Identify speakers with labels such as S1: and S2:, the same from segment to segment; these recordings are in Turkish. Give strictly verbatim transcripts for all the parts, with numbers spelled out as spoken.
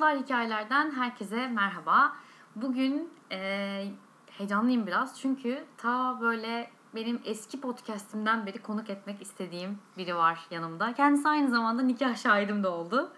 S1: Mutlular Hikayelerden herkese merhaba. Bugün e, heyecanlıyım biraz çünkü ta böyle benim eski podcastimden beri konuk etmek istediğim biri var yanımda. Kendisi aynı zamanda nikah şahidim de oldu.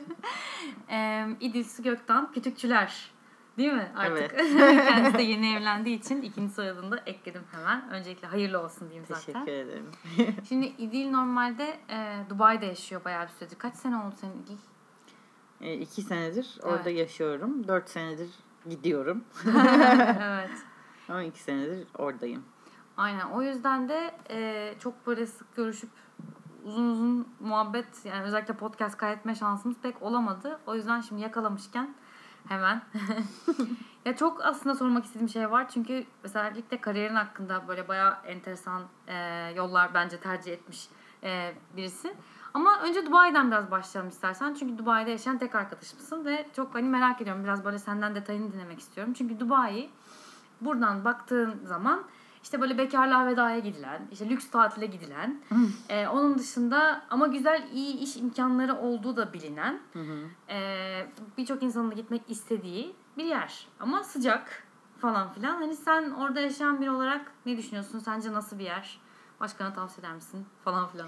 S1: e, İdil Su Göktan Kütükçüler. Değil mi artık?
S2: Evet.
S1: Kendisi de yeni evlendiği için ikinci soyadını da ekledim hemen. Öncelikle hayırlı olsun diyeyim zaten.
S2: Teşekkür ederim.
S1: Şimdi İdil normalde e, Dubai'de yaşıyor bayağı bir süredir. Kaç sene oldu senin İdil?
S2: E, iki senedir orada evet. yaşıyorum. Dört senedir gidiyorum.
S1: Evet.
S2: Ama iki senedir oradayım.
S1: Aynen. O yüzden de e, çok böyle sık görüşüp uzun uzun muhabbet, yani özellikle podcast kaydetme şansımız pek olamadı. O yüzden şimdi yakalamışken hemen. Ya çok aslında sormak istediğim şey var. Çünkü özellikle kariyerin hakkında böyle bayağı enteresan e, yollar bence tercih etmiş e, birisi. Ama önce Dubai'den biraz başlayalım istersen. Çünkü Dubai'de yaşayan tek arkadaşımsın ve çok hani merak ediyorum. Biraz böyle senden detayını dinlemek istiyorum. Çünkü Dubai buradan baktığın zaman işte böyle bekarlığa vedaya gidilen, işte lüks tatile gidilen, e, onun dışında ama güzel iyi iş imkanları olduğu da bilinen, e, birçok insanın da gitmek istediği bir yer. Ama sıcak falan filan. Hani sen orada yaşayan biri olarak ne düşünüyorsun? Sence nasıl bir yer? Başkana tavsiye eder misin? Falan filan.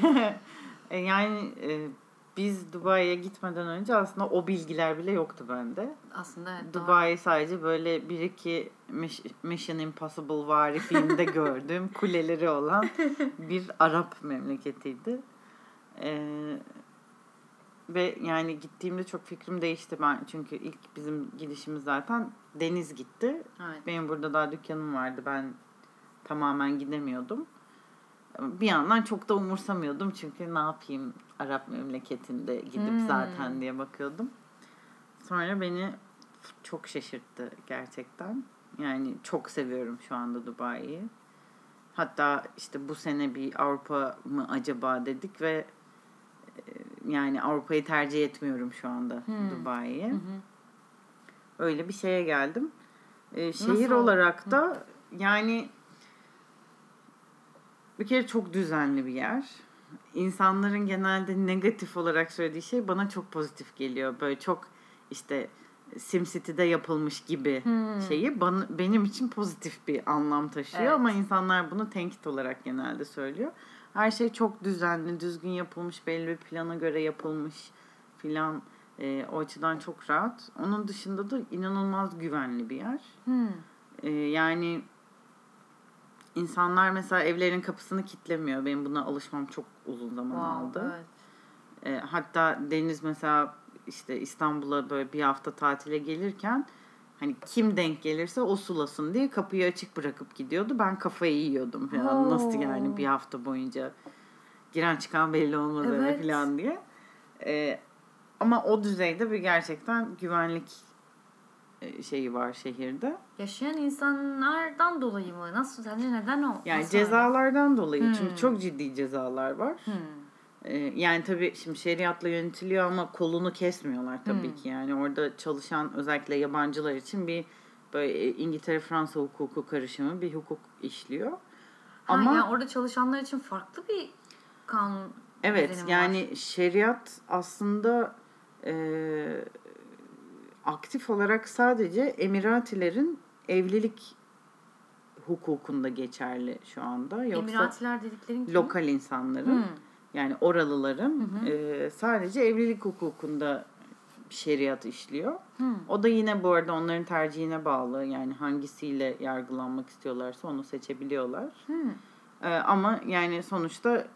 S2: Yani e, biz Dubai'ye gitmeden önce aslında o bilgiler bile yoktu bende.
S1: Aslında evet,
S2: Dubai
S1: doğru.
S2: sadece böyle bir iki Mission Impossible vari filmde gördüğüm kuleleri olan bir Arap memleketiydi. Ee, ve yani gittiğimde çok fikrim değişti ben. Çünkü ilk bizim gidişimiz zaten deniz gitti.
S1: Evet.
S2: Benim burada daha dükkanım vardı. Ben tamamen gidemiyordum. Bir yandan çok da umursamıyordum. Çünkü ne yapayım Arap memleketinde gidip hmm. zaten diye bakıyordum. Sonra beni çok şaşırttı gerçekten. Yani çok seviyorum şu anda Dubai'yi. Hatta işte bu sene bir Avrupa mı acaba dedik ve yani Avrupa'yı tercih etmiyorum şu anda hmm. Dubai'ye. Hı hı. Öyle bir şeye geldim. Ee, şehir Nasıl? olarak da hı. yani bir kere çok düzenli bir yer. İnsanların genelde negatif olarak söylediği şey bana çok pozitif geliyor. Böyle çok işte SimCity'de yapılmış gibi hmm. şeyi bana, benim için pozitif bir anlam taşıyor. Evet. Ama insanlar bunu tenkit olarak genelde söylüyor. Her şey çok düzenli, düzgün yapılmış, belli bir plana göre yapılmış filan. E, o açıdan çok rahat. Onun dışında da inanılmaz güvenli bir yer. Hmm. E, yani İnsanlar mesela evlerin kapısını kilitlemiyor. Benim buna alışmam çok uzun zaman wow, aldı. Evet. E, hatta Deniz mesela işte İstanbul'a böyle bir hafta tatile gelirken hani kim denk gelirse o sulasın diye kapıyı açık bırakıp gidiyordu. Ben kafayı yiyordum falan. Oh. Nasıl yani bir hafta boyunca giren çıkan belli olmaz evet. öyle falan diye. E, ama o düzeyde bir gerçekten güvenlik şeyi var şehirde.
S1: Yaşayan insanlardan dolayı mı? Nasıl? Sence neden o?
S2: Yani
S1: Nasıl
S2: cezalardan öyle? dolayı.
S1: Hmm.
S2: Çünkü çok ciddi cezalar var. Hmm. Ee, yani tabii şimdi şeriatla yönetiliyor ama kolunu kesmiyorlar tabii hmm. ki. Yani orada çalışan özellikle yabancılar için bir böyle İngiltere-Fransa hukuku karışımı bir hukuk işliyor.
S1: Ha,
S2: ama
S1: yani orada çalışanlar için farklı bir kanun
S2: evet yani
S1: var.
S2: Şeriat aslında e, aktif olarak sadece Emiratilerin evlilik hukukunda geçerli şu anda. Yoksa
S1: Emiratiler dediklerin kim?
S2: Lokal insanların hmm. yani oralıların hmm. e, sadece evlilik hukukunda şeriat işliyor. Hmm. O da yine bu arada onların tercihine bağlı. Yani hangisiyle yargılanmak istiyorlarsa onu seçebiliyorlar. Hmm. E, ama yani sonuçta e,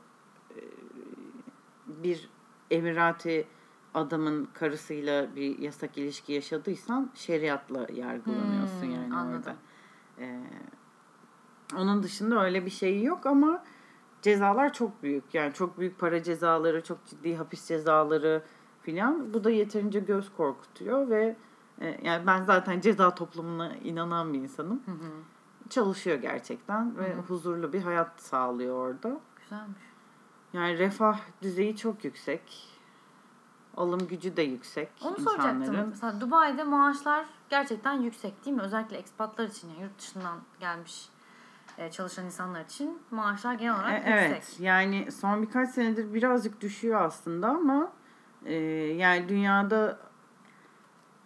S2: bir Emirati adamın karısıyla bir yasak ilişki yaşadıysan şeriatla yargılanıyorsun hmm. yani
S1: Anladım.
S2: orada. E, Onun dışında öyle bir şey yok ama cezalar çok büyük. Yani çok büyük para cezaları, çok ciddi hapis cezaları filan. Bu da yeterince göz korkutuyor ve e, yani ben zaten ceza toplumuna inanan bir insanım. Hı hı. Çalışıyor gerçekten hı hı. ve huzurlu bir hayat sağlıyor orada.
S1: Güzelmiş.
S2: Yani refah düzeyi çok yüksek. Alım gücü de yüksek
S1: Onu
S2: insanların.
S1: soracaktım. Mesela Dubai'de maaşlar gerçekten yüksek değil mi? Özellikle ekspatlar için, yani yurt dışından gelmiş çalışan insanlar için maaşlar genel olarak
S2: e,
S1: yüksek.
S2: Evet. Yani son birkaç senedir birazcık düşüyor aslında ama e, yani dünyada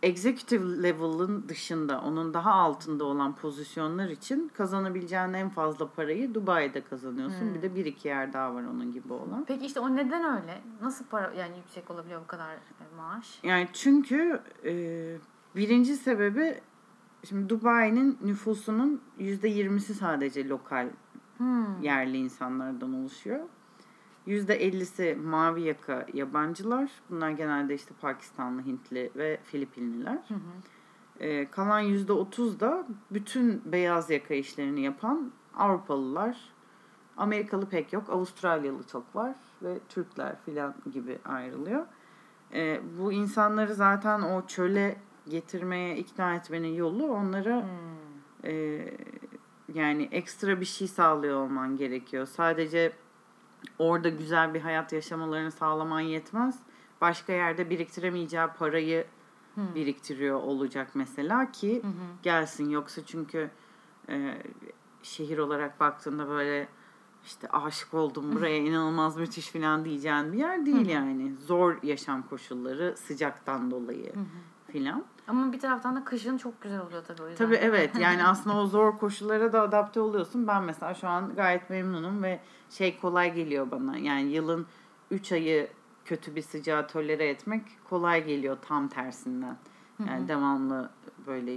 S2: executive level'ın dışında, onun daha altında olan pozisyonlar için kazanabileceğin en fazla parayı Dubai'de kazanıyorsun. Hmm. Bir de bir iki yer daha var onun gibi olan.
S1: Peki işte o neden öyle? Nasıl para yani yüksek olabiliyor bu kadar maaş?
S2: Yani çünkü e, birinci sebebi, şimdi Dubai'nin nüfusunun yüzde yirmisi sadece lokal hmm. yerli insanlardan oluşuyor. yüzde ellisi mavi yaka yabancılar. Bunlar genelde işte Pakistanlı, Hintli ve Filipinliler. Hı hı. Ee, kalan yüzde otuz da bütün beyaz yaka işlerini yapan Avrupalılar. Amerikalı pek yok. Avustralyalı çok var. Ve Türkler filan gibi ayrılıyor. Ee, bu insanları zaten o çöle getirmeye ikna etmenin yolu onlara hmm. e, yani ekstra bir şey sağlıyor olman gerekiyor. Sadece orada güzel bir hayat yaşamalarını sağlaman yetmez. Başka yerde biriktiremeyeceği parayı hmm. biriktiriyor olacak mesela ki hmm. gelsin. Yoksa çünkü e, şehir olarak baktığında böyle işte aşık oldum buraya inanılmaz müthiş falan diyeceğin bir yer değil hmm. yani. Zor yaşam koşulları sıcaktan dolayı hmm. filan.
S1: Ama bir taraftan da kışın çok güzel oluyor tabii o yüzden.
S2: Tabii evet yani aslında o zor koşullara da adapte oluyorsun. Ben mesela şu an gayet memnunum ve şey kolay geliyor bana. Yani yılın üç ayı kötü bir sıcağı tolere etmek kolay geliyor tam tersinden. Yani hı hı. devamlı böyle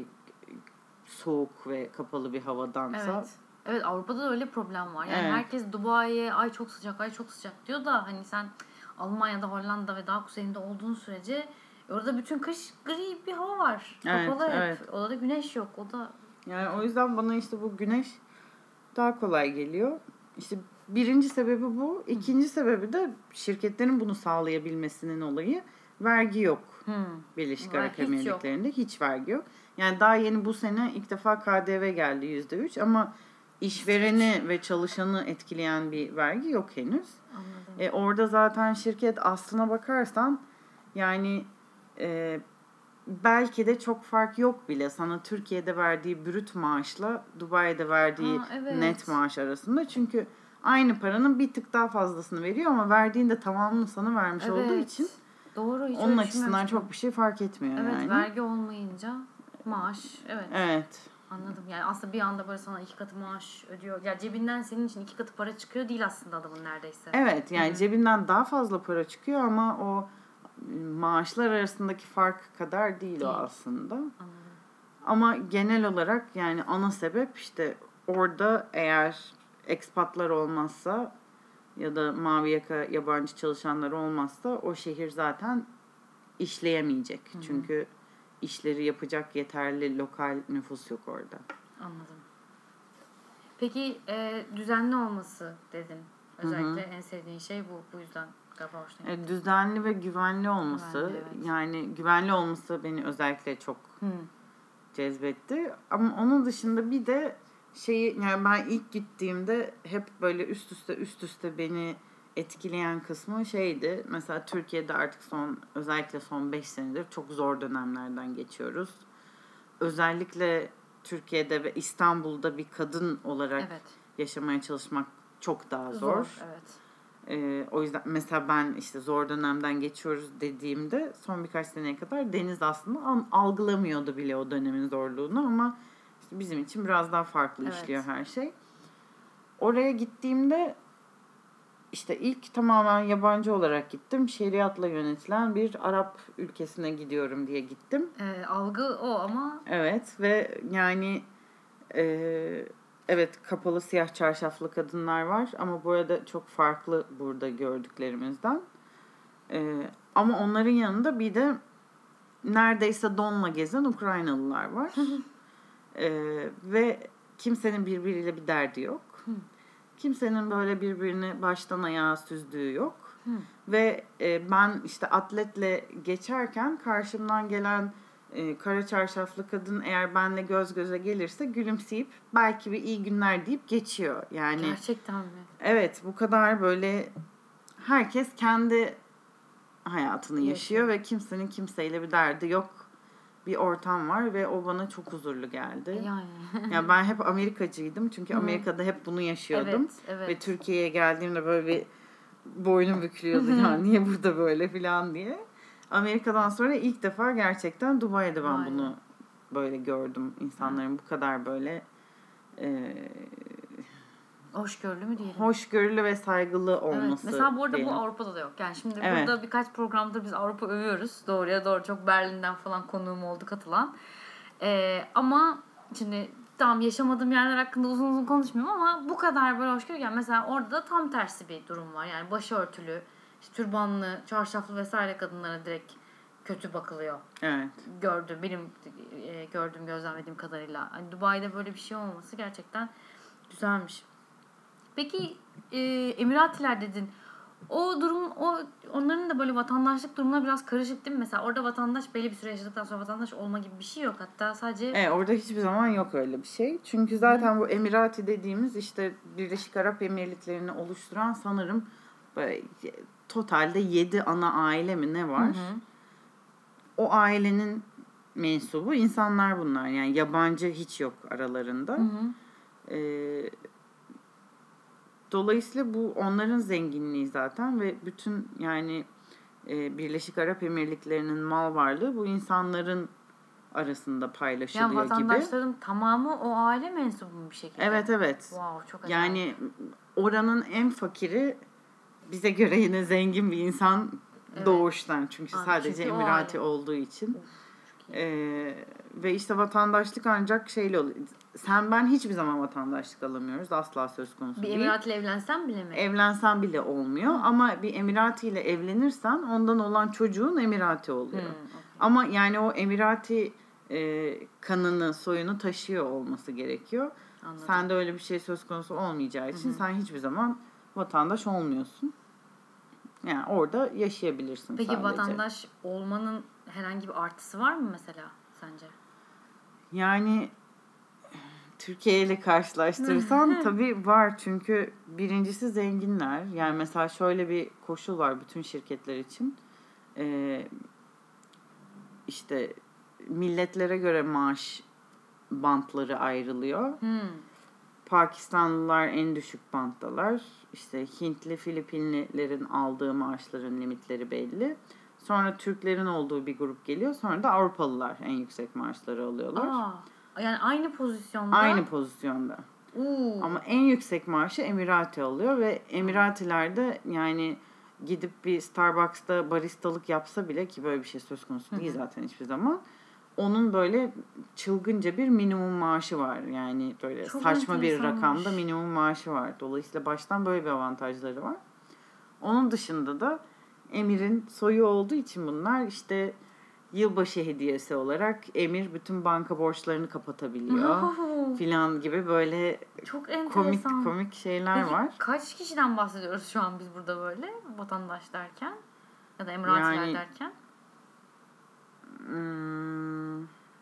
S2: soğuk ve kapalı bir havadansa.
S1: Evet. Evet Avrupa'da da öyle problem var. Yani evet. herkes Dubai'ye ay çok sıcak ay çok sıcak diyor da hani sen Almanya'da, Hollanda ve daha kuzeyinde olduğun sürece orada bütün kış gri bir hava var.
S2: Evet,
S1: kapalı
S2: evet.
S1: hep. Orada güneş yok. O da
S2: yani o yüzden bana işte bu güneş daha kolay geliyor. İşte birinci sebebi bu. İkinci Hı. sebebi de şirketlerin bunu sağlayabilmesinin olayı vergi yok. Hı. Birleşik Arap Emirlikleri'nde hiç, hiç vergi yok. Yani daha yeni bu sene ilk defa K D V geldi yüzde üç ama işvereni ve çalışanı etkileyen bir vergi yok henüz. Anladım. E, orada zaten şirket aslına bakarsan yani e, belki de çok fark yok bile. Sana Türkiye'de verdiği brüt maaşla Dubai'de verdiği ha, evet. net maaş arasında. Çünkü aynı paranın bir tık daha fazlasını veriyor ama verdiğinde tamamını sana vermiş evet. olduğu için
S1: doğru, hiç
S2: onun açısından çok bir şey fark etmiyor
S1: evet,
S2: yani.
S1: Evet vergi olmayınca maaş evet.
S2: Evet.
S1: Anladım. Yani aslında bir anda böyle sana iki katı maaş ödüyor. Ya cebinden senin için iki katı para çıkıyor değil aslında adamın neredeyse.
S2: Evet yani Hı-hı. cebinden daha fazla para çıkıyor ama o maaşlar arasındaki fark kadar değil, değil. o aslında. Anladım. Ama genel olarak yani ana sebep işte orada eğer ekspatlar olmazsa ya da mavi yaka yabancı çalışanlar olmazsa o şehir zaten işleyemeyecek. Hı-hı. Çünkü işleri yapacak yeterli lokal nüfus yok orada.
S1: Anladım. Peki e, düzenli olması dedin. Özellikle Hı-hı. en sevdiğin şey bu. Bu yüzden galiba hoşuna gitti.
S2: E, düzenli ve güvenli olması. Güvenli, evet. Yani güvenli olması beni özellikle çok Hı. cezbetti. Ama onun dışında bir de şeyi yani ben ilk gittiğimde hep böyle üst üste üst üste beni etkileyen kısmı şeydi. Mesela Türkiye'de artık son özellikle son beş senedir çok zor dönemlerden geçiyoruz. Özellikle Türkiye'de ve İstanbul'da bir kadın olarak evet. yaşamaya çalışmak çok daha zor. Zor,
S1: evet.
S2: Ee, o yüzden mesela ben işte zor dönemden geçiyoruz dediğimde son birkaç seneye kadar Deniz aslında algılamıyordu bile o dönemin zorluğunu ama işte bizim için biraz daha farklı evet. işliyor her şey. Oraya gittiğimde işte ilk tamamen yabancı olarak gittim. Şeriatla yönetilen bir Arap ülkesine gidiyorum diye gittim.
S1: E, algı o ama.
S2: Evet ve yani e, evet kapalı siyah çarşaflı kadınlar var ama bu arada çok farklı burada gördüklerimizden. E, ama onların yanında bir de neredeyse donla gezen Ukraynalılar var. e, ve kimsenin birbiriyle bir derdi yok. Kimsenin böyle birbirini baştan ayağa süzdüğü yok. Hı. Ve e, ben işte atletle geçerken karşımdan gelen e, kara çarşaflı kadın eğer benle göz göze gelirse gülümseyip belki bir iyi günler deyip geçiyor. Yani
S1: gerçekten mi?
S2: Evet, bu kadar böyle herkes kendi hayatını yaşıyor, yaşıyor ve kimsenin kimseyle bir derdi yok. Bir ortam var ve o bana çok huzurlu geldi.
S1: Yani.
S2: Yani ben hep Amerikacıydım çünkü Hı. Amerika'da hep bunu yaşıyordum.
S1: Evet, evet.
S2: Ve Türkiye'ye geldiğimde böyle bir boynum bükülüyordu. Yani niye burada böyle falan diye. Amerika'dan sonra ilk defa gerçekten Dubai'de ben
S1: Aynen.
S2: bunu böyle gördüm. İnsanların bu kadar böyle e,
S1: hoşgörülü mü diyelim?
S2: Hoşgörülü ve saygılı olması.
S1: Evet. Mesela bu arada
S2: diyelim.
S1: bu Avrupa'da da yok. Yani şimdi
S2: evet.
S1: burada birkaç programdır biz Avrupa övüyoruz. Doğruya doğru çok Berlin'den falan konuğum oldu katılan. Ee, ama şimdi tamam yaşamadığım yerler hakkında uzun uzun konuşmuyorum ama bu kadar böyle hoşgörü. Yani mesela orada da tam tersi bir durum var. Yani başörtülü, işte türbanlı, çarşaflı vesaire kadınlara direkt kötü bakılıyor.
S2: Evet.
S1: Gördüm, benim e, gördüğüm, gözlemlediğim kadarıyla. Hani Dubai'de böyle bir şey olması gerçekten güzelmiş. Peki e, Emiratiler dedin. O durum, o onların da böyle vatandaşlık durumuna biraz karışık değil mi? Mesela orada vatandaş belli bir süre yaşadıktan sonra vatandaş olma gibi bir şey yok. Hatta sadece...
S2: Evet, orada hiçbir zaman yok öyle bir şey. Çünkü zaten Hı. bu Emirati dediğimiz işte Birleşik Arap Emirlikleri'ni oluşturan sanırım böyle totalde yedi ana aile mi ne var? Hı hı. O ailenin mensubu insanlar bunlar. Yani yabancı hiç yok aralarında. Hı hı. Ee, dolayısıyla bu onların zenginliği zaten ve bütün yani e, Birleşik Arap Emirlikleri'nin mal varlığı bu insanların arasında paylaşılıyor gibi.
S1: Yani vatandaşların gibi. Tamamı o aile mensubu bir şekilde.
S2: Evet evet.
S1: Wow, çok acayip.
S2: Yani oranın en fakiri bize göre yine zengin bir insan evet. doğuştan. Çünkü Abi, sadece çünkü Emirati olduğu için. Ee, ve işte vatandaşlık ancak şeyle oluyor. Sen ben hiçbir zaman vatandaşlık alamıyoruz. Asla söz konusu
S1: bir
S2: değil.
S1: Bir Emirati ile evlensen bile mi?
S2: Evlensen bile olmuyor. Hı. Ama bir Emirati ile evlenirsen ondan olan çocuğun Emirati oluyor. Hı, okay. Ama yani o Emirati e, kanını, soyunu taşıyor olması gerekiyor. Anladım. Sende öyle bir şey söz konusu olmayacağı için Hı-hı. sen hiçbir zaman vatandaş olmuyorsun. Yani orada yaşayabilirsin
S1: Peki,
S2: sadece.
S1: Peki vatandaş olmanın herhangi bir artısı var mı mesela sence?
S2: Yani Türkiye ile karşılaştırırsan tabii var. Çünkü birincisi zenginler. Yani mesela şöyle bir koşul var bütün şirketler için. Ee, işte milletlere göre maaş bantları ayrılıyor. Hmm. Pakistanlılar en düşük banttalar. İşte Hintli, Filipinlilerin aldığı maaşların limitleri belli. Sonra Türklerin olduğu bir grup geliyor. Sonra da Avrupalılar en yüksek maaşları alıyorlar.
S1: Aa, yani aynı pozisyonda.
S2: Aynı pozisyonda.
S1: Oo.
S2: Ama en yüksek maaşı Emirati alıyor ve Emiratilerde yani gidip bir Starbucks'ta baristalık yapsa bile ki böyle bir şey söz konusu değil zaten hiçbir zaman. Onun böyle çılgınca bir minimum maaşı var. Yani böyle Çok saçma bir rakamda minimum maaşı var. Dolayısıyla baştan böyle bir avantajları var. Onun dışında da Emir'in soyu olduğu için bunlar işte yılbaşı hediyesi olarak Emir bütün banka borçlarını kapatabiliyor filan gibi böyle Çok komik komik şeyler
S1: Peki,
S2: var.
S1: Kaç kişiden bahsediyoruz şu an biz burada böyle vatandaş derken ya da Emiratiler yani, derken?
S2: Hmm,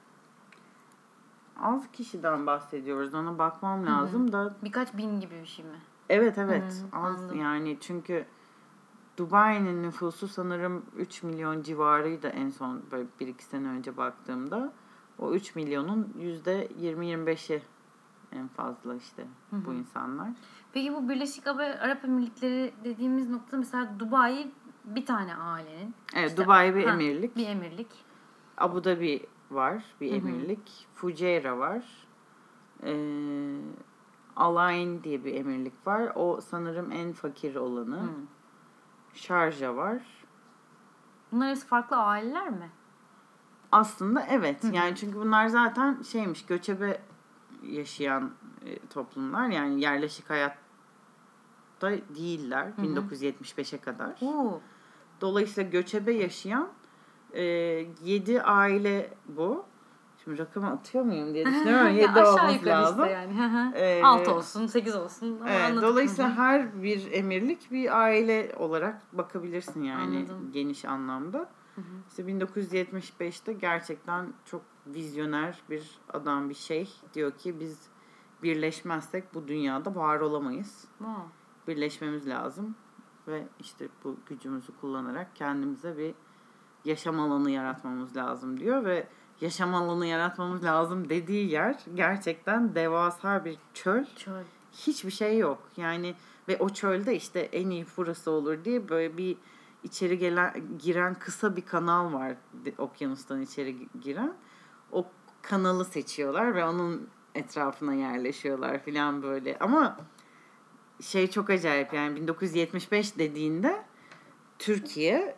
S2: az kişiden bahsediyoruz. Ona bakmam lazım Hı-hı. da.
S1: Birkaç bin gibi bir şey mi?
S2: Evet evet. Hı-hı. Az Anladım. Yani çünkü Dubai'nin nüfusu sanırım üç milyon civarıydı en son böyle bir iki sene önce baktığımda. O üç milyonun yüzde yirmi yirmi beşi en fazla işte Hı-hı. bu insanlar.
S1: Peki bu Birleşik Arap Emirlikleri dediğimiz noktada mesela Dubai bir tane ailenin.
S2: Evet
S1: işte,
S2: Dubai bir ha, emirlik.
S1: Bir emirlik.
S2: Abu Dhabi var bir emirlik. Hı-hı. Fujairah var. Ee, Al-Ain diye bir emirlik var. O sanırım en fakir olanı. Hı. Şarja var.
S1: Bunlar hepsi farklı aileler mi?
S2: Aslında evet. Hı-hı. Yani çünkü bunlar zaten şeymiş göçebe yaşayan e, toplumlar. Yani yerleşik hayatta değiller. Hı-hı. bin dokuz yüz yetmiş beşe kadar. Oo. Dolayısıyla göçebe yaşayan e, yedi aile bu. Şimdi rakamı atıyor muyum diye düşünüyorum. yedi olması lazım.
S1: Işte yani. ee, altı olsun, sekiz olsun. Ama
S2: evet, dolayısıyla her bir emirlik bir aile olarak bakabilirsin yani Anladım. Geniş anlamda. Hı hı. İşte bin dokuz yüz yetmiş beşte gerçekten çok vizyoner bir adam bir şey diyor ki biz birleşmezsek bu dünyada var olamayız. Wow. Birleşmemiz lazım ve işte bu gücümüzü kullanarak kendimize bir yaşam alanı yaratmamız lazım diyor ve yaşam alanı yaratmamız lazım dediği yer gerçekten devasa bir çöl. Çöl. Hiçbir şey yok. Yani ve o çölde işte en iyi burası olur diye böyle bir içeri gelen giren kısa bir kanal var, okyanustan içeri giren. O kanalı seçiyorlar ve onun etrafına yerleşiyorlar falan böyle. Ama şey çok acayip, yani bin dokuz yüz yetmiş beş dediğinde Türkiye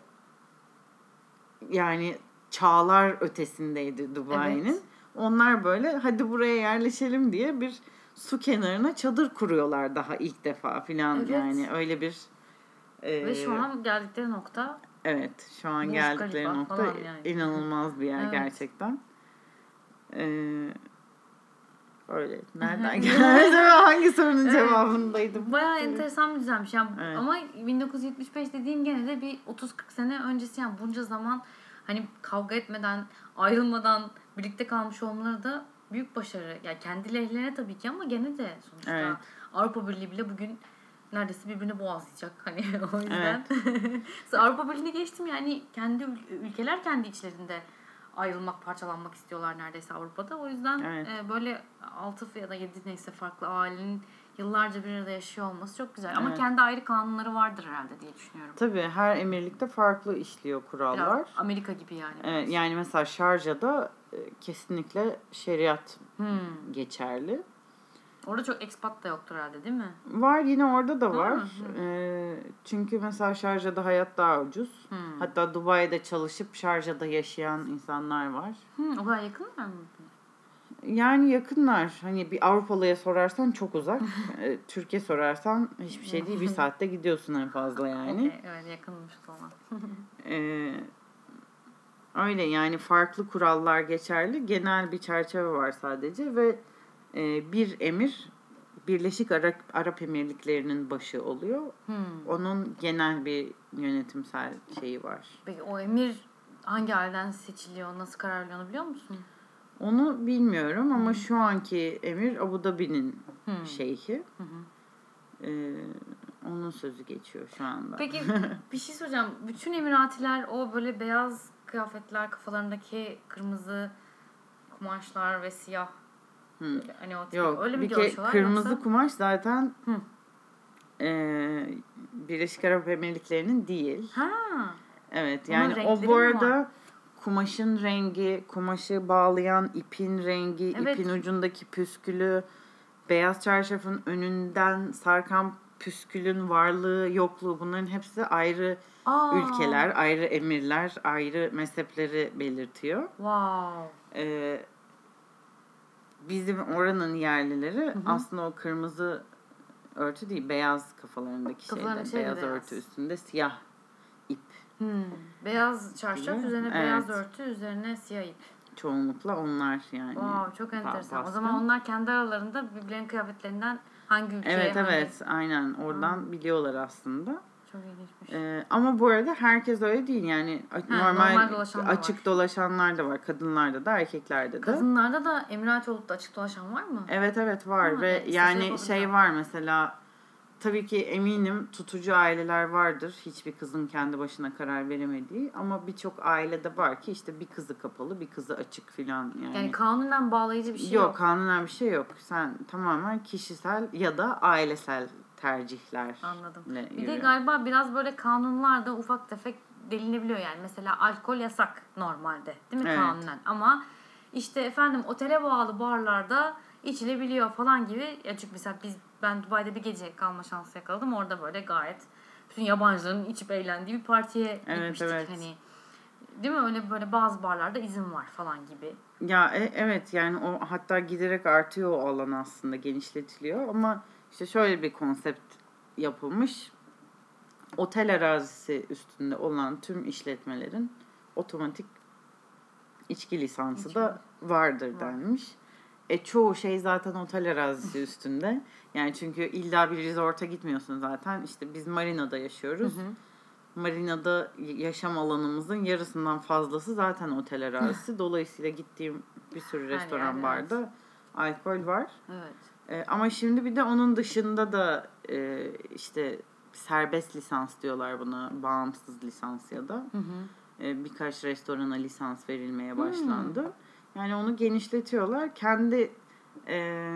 S2: yani çağlar ötesindeydi Dubai'nin. Evet. Onlar böyle hadi buraya yerleşelim diye bir su kenarına çadır kuruyorlar daha ilk defa falan. Evet. Yani öyle bir
S1: e, ve şu an geldikleri nokta,
S2: evet, şu an geldikleri nokta yani. inanılmaz bir yer. Evet. Gerçekten. Ee, öyle. Nereden geldi? Hangi sorunun cevabındaydım?
S1: Bayağı enteresan bir düzenmiş. Yani evet. Ama bin dokuz yüz yetmiş beş dediğin gene de bir otuz kırk sene öncesi, yani bunca zaman hani kavga etmeden, ayrılmadan birlikte kalmış olmaları da büyük başarı. Yani kendi lehlerine tabii ki ama gene de sonuçta evet. Avrupa Birliği bile bugün neredeyse birbirini boğazlayacak. Hani o yüzden. Evet. Avrupa Birliği'ne geçtim, yani kendi ülkeler kendi içlerinde ayrılmak, parçalanmak istiyorlar neredeyse Avrupa'da. O yüzden evet. e, böyle altı ya da yedi neyse farklı ailenin yıllarca bir arada yaşıyor olması çok güzel. Evet. Ama kendi ayrı kanunları vardır herhalde diye düşünüyorum.
S2: Tabii her emirlikte farklı işliyor kurallar.
S1: Biraz Amerika gibi yani.
S2: Evet, yani mesela Şarja'da e, kesinlikle şeriat hmm. geçerli.
S1: Orada çok expat da yoktur herhalde, değil mi?
S2: Var, yine orada da var. E, çünkü mesela Şarja'da hayat daha ucuz. Hmm. Hatta Dubai'de çalışıp Şarja'da yaşayan insanlar var.
S1: Hmm, o kadar yakınlar mı?
S2: Yani yakınlar. Hani bir Avrupalı'ya sorarsan çok uzak. e, Türkiye sorarsan hiçbir şey değil. Bir saatte gidiyorsun en fazla yani.
S1: Okay, evet, yakınmış o zaman.
S2: e, öyle yani, farklı kurallar geçerli. Genel bir çerçeve var sadece ve e, bir emir Birleşik Arap, Arap Emirlikleri'nin başı oluyor. Hmm. Onun genel bir yönetimsel şeyi var.
S1: Peki o emir hangi aileden seçiliyor, nasıl karar alıyor, onu biliyor musun?
S2: Onu bilmiyorum ama hmm. şu anki emir Abu Dhabi'nin hmm. şeyhi. Hmm. Ee, onun sözü geçiyor şu anda.
S1: Peki bir şey soracağım. Bütün emiratiler o böyle beyaz kıyafetler, kafalarındaki kırmızı kumaşlar ve siyah
S2: Hmm.
S1: hani o
S2: yok, öyle mi dolaşıyorlar? Kırmızı yoksa? Kumaş zaten hmm. e, Birleşik Arap Emirlikleri'nin değil.
S1: Ha.
S2: Evet, yani o bu arada kumaşın rengi, kumaşı bağlayan ipin rengi, evet. ipin ucundaki püskülü, beyaz çarşafın önünden sarkan püskülün varlığı, yokluğu, bunların hepsi ayrı Aa. ülkeler, ayrı emirler, ayrı mezhepleri belirtiyor.
S1: Wow.
S2: Ee, bizim oranın yerlileri hı hı. aslında o kırmızı örtü değil, beyaz kafalarındaki şeyde, şey beyaz, beyaz örtü üstünde siyah ip.
S1: Hmm. Beyaz çarşaf üzerine evet. beyaz örtü üzerine siyah ip.
S2: Çoğunlukla onlar yani.
S1: Wow, çok enteresan. Baskın. O zaman onlar kendi aralarında birbirlerinin kıyafetlerinden hangi ülkeye
S2: evet,
S1: hangi...
S2: Evet evet aynen oradan hmm. biliyorlar aslında.
S1: Çok ilginçmiş.
S2: Ee, ama bu arada herkes öyle değil yani ha, normal, normal dolaşan açık var. dolaşanlar da var, kadınlarda da erkeklerde de.
S1: Kadınlarda da emirat olup da açık dolaşan var mı?
S2: Evet evet var ha, ve yani şey var mesela, tabii ki eminim tutucu aileler vardır hiçbir kızın kendi başına karar veremediği, ama birçok ailede var ki işte bir kızı kapalı bir kızı açık filan yani.
S1: Yani kanunen bağlayıcı bir şey
S2: yok.
S1: yok.
S2: Yok, kanunen bir şey yok. Sen tamamen kişisel ya da ailesel tercihler.
S1: Anladım. Bir de galiba biraz böyle kanunlarda ufak tefek delinebiliyor yani. Mesela alkol yasak normalde, değil mi, evet. kanunen? Ama işte efendim otele bağlı barlarda içilebiliyor falan gibi. Ya çünkü mesela biz ben Dubai'de bir gece kalma şansı yakaladım. Orada böyle gayet bütün yabancıların içip eğlendiği bir partiye evet, gitmiştik. Evet. Hani değil mi? Öyle böyle bazı barlarda izin var falan gibi.
S2: Ya e, evet yani o hatta giderek artıyor o alan, aslında genişletiliyor ama işte şöyle bir konsept yapılmış. Otel arazisi üstünde olan tüm işletmelerin otomatik içki lisansı İçki. da vardır var. denmiş. E çoğu şey zaten otel arazisi üstünde. Yani çünkü illa bir resort'a gitmiyorsun zaten. İşte biz marinada yaşıyoruz. Hı hı. Marinada yaşam alanımızın yarısından fazlası zaten otel arazisi. Dolayısıyla gittiğim bir sürü restoran barda evet. alkol var.
S1: Evet.
S2: E, ama şimdi bir de onun dışında da e, işte serbest lisans diyorlar buna. Bağımsız lisans ya da. Hı hı. E, birkaç restorana lisans verilmeye başlandı. Hmm. Yani onu genişletiyorlar. Kendi e,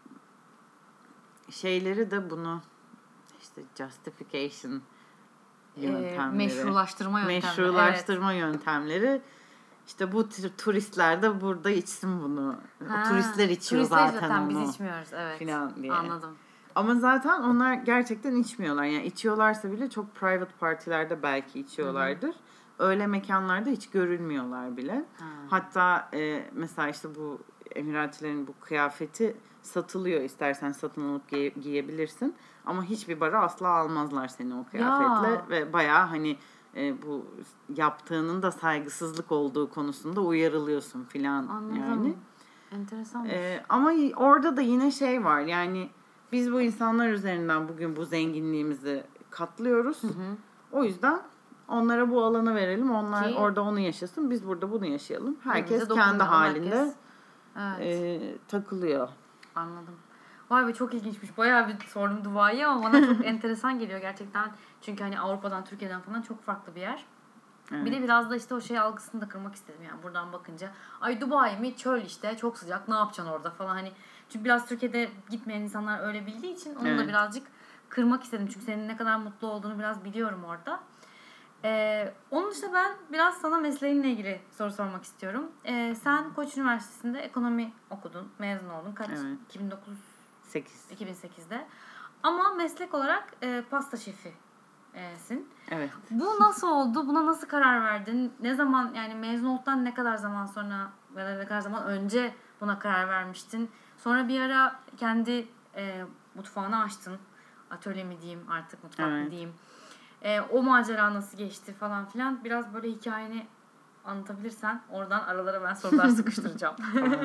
S2: şeyleri de bunu işte justification yöntemleri.
S1: E, meşrulaştırma yöntemleri.
S2: Meşrulaştırma
S1: evet.
S2: yöntemleri. İşte bu turistler de burada içsin bunu.
S1: Ha,
S2: o turistler içiyor
S1: turistler
S2: zaten,
S1: zaten
S2: onu.
S1: Biz içmiyoruz evet.
S2: Falan diye.
S1: Anladım.
S2: Ama zaten onlar gerçekten içmiyorlar. Yani içiyorlarsa bile çok private partilerde belki içiyorlardır. Hı-hı. Öyle mekanlarda hiç görülmüyorlar bile. Ha. Hatta e, mesela işte bu Emiratilerin bu kıyafeti satılıyor. İstersen satın alıp giy- giyebilirsin. Ama hiçbir bara asla almazlar seni o kıyafetle. Ya. Ve bayağı hani e, bu yaptığının da saygısızlık olduğu konusunda uyarılıyorsun filan.
S1: Anladım.
S2: Yani.
S1: Enteresanmış.
S2: E, ama orada da yine şey var yani biz bu insanlar üzerinden bugün bu zenginliğimizi katlıyoruz. Hı hı. O yüzden onlara bu alanı verelim. Onlar Ki, orada onu yaşasın. Biz burada bunu yaşayalım. Herkes kendi halinde herkes, evet. e, takılıyor.
S1: Anladım. Vay be çok ilginçmiş. Bayağı bir sordum Dubai'yi ama bana çok enteresan geliyor gerçekten. Çünkü hani Avrupa'dan, Türkiye'den falan çok farklı bir yer. Evet. Bir de biraz da işte o şey algısını da kırmak istedim yani buradan bakınca. Ay Dubai mi? Çöl işte. Çok sıcak. Ne yapacaksın orada falan hani. Çünkü biraz Türkiye'de gitmeyen insanlar öyle bildiği için onu evet. da birazcık kırmak istedim. Çünkü senin ne kadar mutlu olduğunu biraz biliyorum orada. Ee, onun dışında ben biraz sana mesleğinle ilgili soru sormak istiyorum. Ee, sen Koç Üniversitesi'nde ekonomi okudun. Mezun oldun. Kaç? Evet. iki bin dokuz
S2: sekiz
S1: iki bin sekizde. Ama meslek olarak e, pasta şefi. Sin.
S2: Evet.
S1: Bu nasıl oldu? Buna nasıl karar verdin? Ne zaman yani mezun olduktan ne kadar zaman sonra ya da ne kadar zaman önce buna karar vermiştin? Sonra bir ara kendi e, mutfağını açtın. Atölye mi diyeyim artık mutfak evet. mı diyeyim. E, o macera nasıl geçti falan filan. Biraz böyle hikayeni anlatabilirsen oradan aralara ben sorular sıkıştıracağım.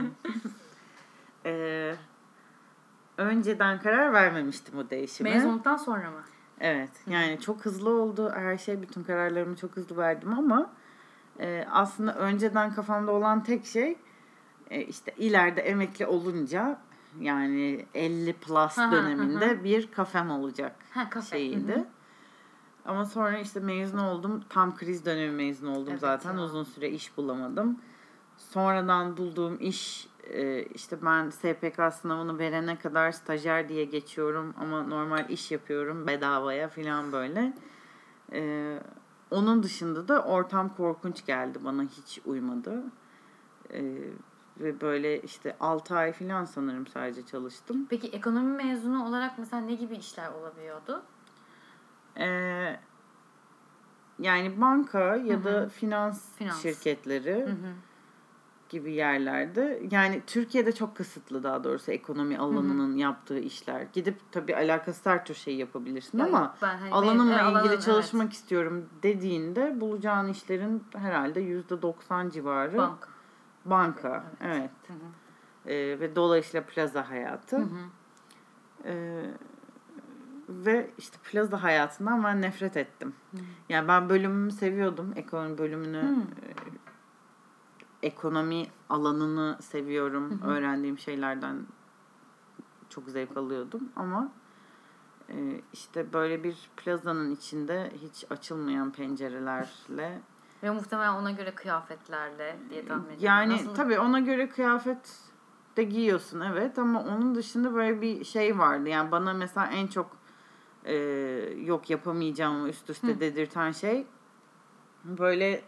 S2: ee, önceden karar vermemiştim o değişime.
S1: Mezun olduktan sonra mı?
S2: Evet. Yani Hı. çok hızlı oldu her şey. Bütün kararlarımı çok hızlı verdim ama e, aslında önceden kafamda olan tek şey e, işte ileride emekli olunca yani elli plus aha, döneminde aha. bir kafem olacak ha, kafe. şeyiydi. Hı hı. Ama sonra işte mezun oldum. Tam kriz dönemi mezun oldum evet zaten. Ya. Uzun süre iş bulamadım. Sonradan bulduğum iş işte ben S P K sınavını verene kadar stajyer diye geçiyorum ama normal iş yapıyorum bedavaya falan böyle. Ee, onun dışında da ortam korkunç geldi. Bana hiç uymadı. Ee, ve böyle işte altı ay falan sanırım sadece çalıştım.
S1: Peki ekonomi mezunu olarak mesela ne gibi işler olabiliyordu?
S2: Ee, yani banka ya Hı-hı. da finans, finans. şirketleri Hı-hı. gibi yerlerde. Yani Türkiye'de çok kısıtlı daha doğrusu ekonomi alanının Hı-hı. yaptığı işler. Gidip tabii alakasız her tür şeyi yapabilirsin ya ama yok, ben hani alanımla benim, ilgili alanım, çalışmak evet. istiyorum dediğinde bulacağın işlerin herhalde yüzde doksan civarı
S1: banka.
S2: Banka, evet. evet. Ee, ve dolayısıyla plaza hayatı. Ee, ve işte plaza hayatından ben nefret ettim. Hı-hı. Yani ben bölümümü seviyordum. Ekonomi bölümünü Hı-hı. ekonomi alanını seviyorum. Hı hı. Öğrendiğim şeylerden çok zevk alıyordum ama e, işte böyle bir plazanın içinde hiç açılmayan pencerelerle
S1: ve muhtemelen ona göre kıyafetlerle diye tahmin ediyorum.
S2: Yani
S1: Nasıl?
S2: Tabii ona göre kıyafet de giyiyorsun evet ama onun dışında böyle bir şey vardı. Yani bana mesela en çok e, yok yapamayacağımı üst üste hı. dedirten şey böyle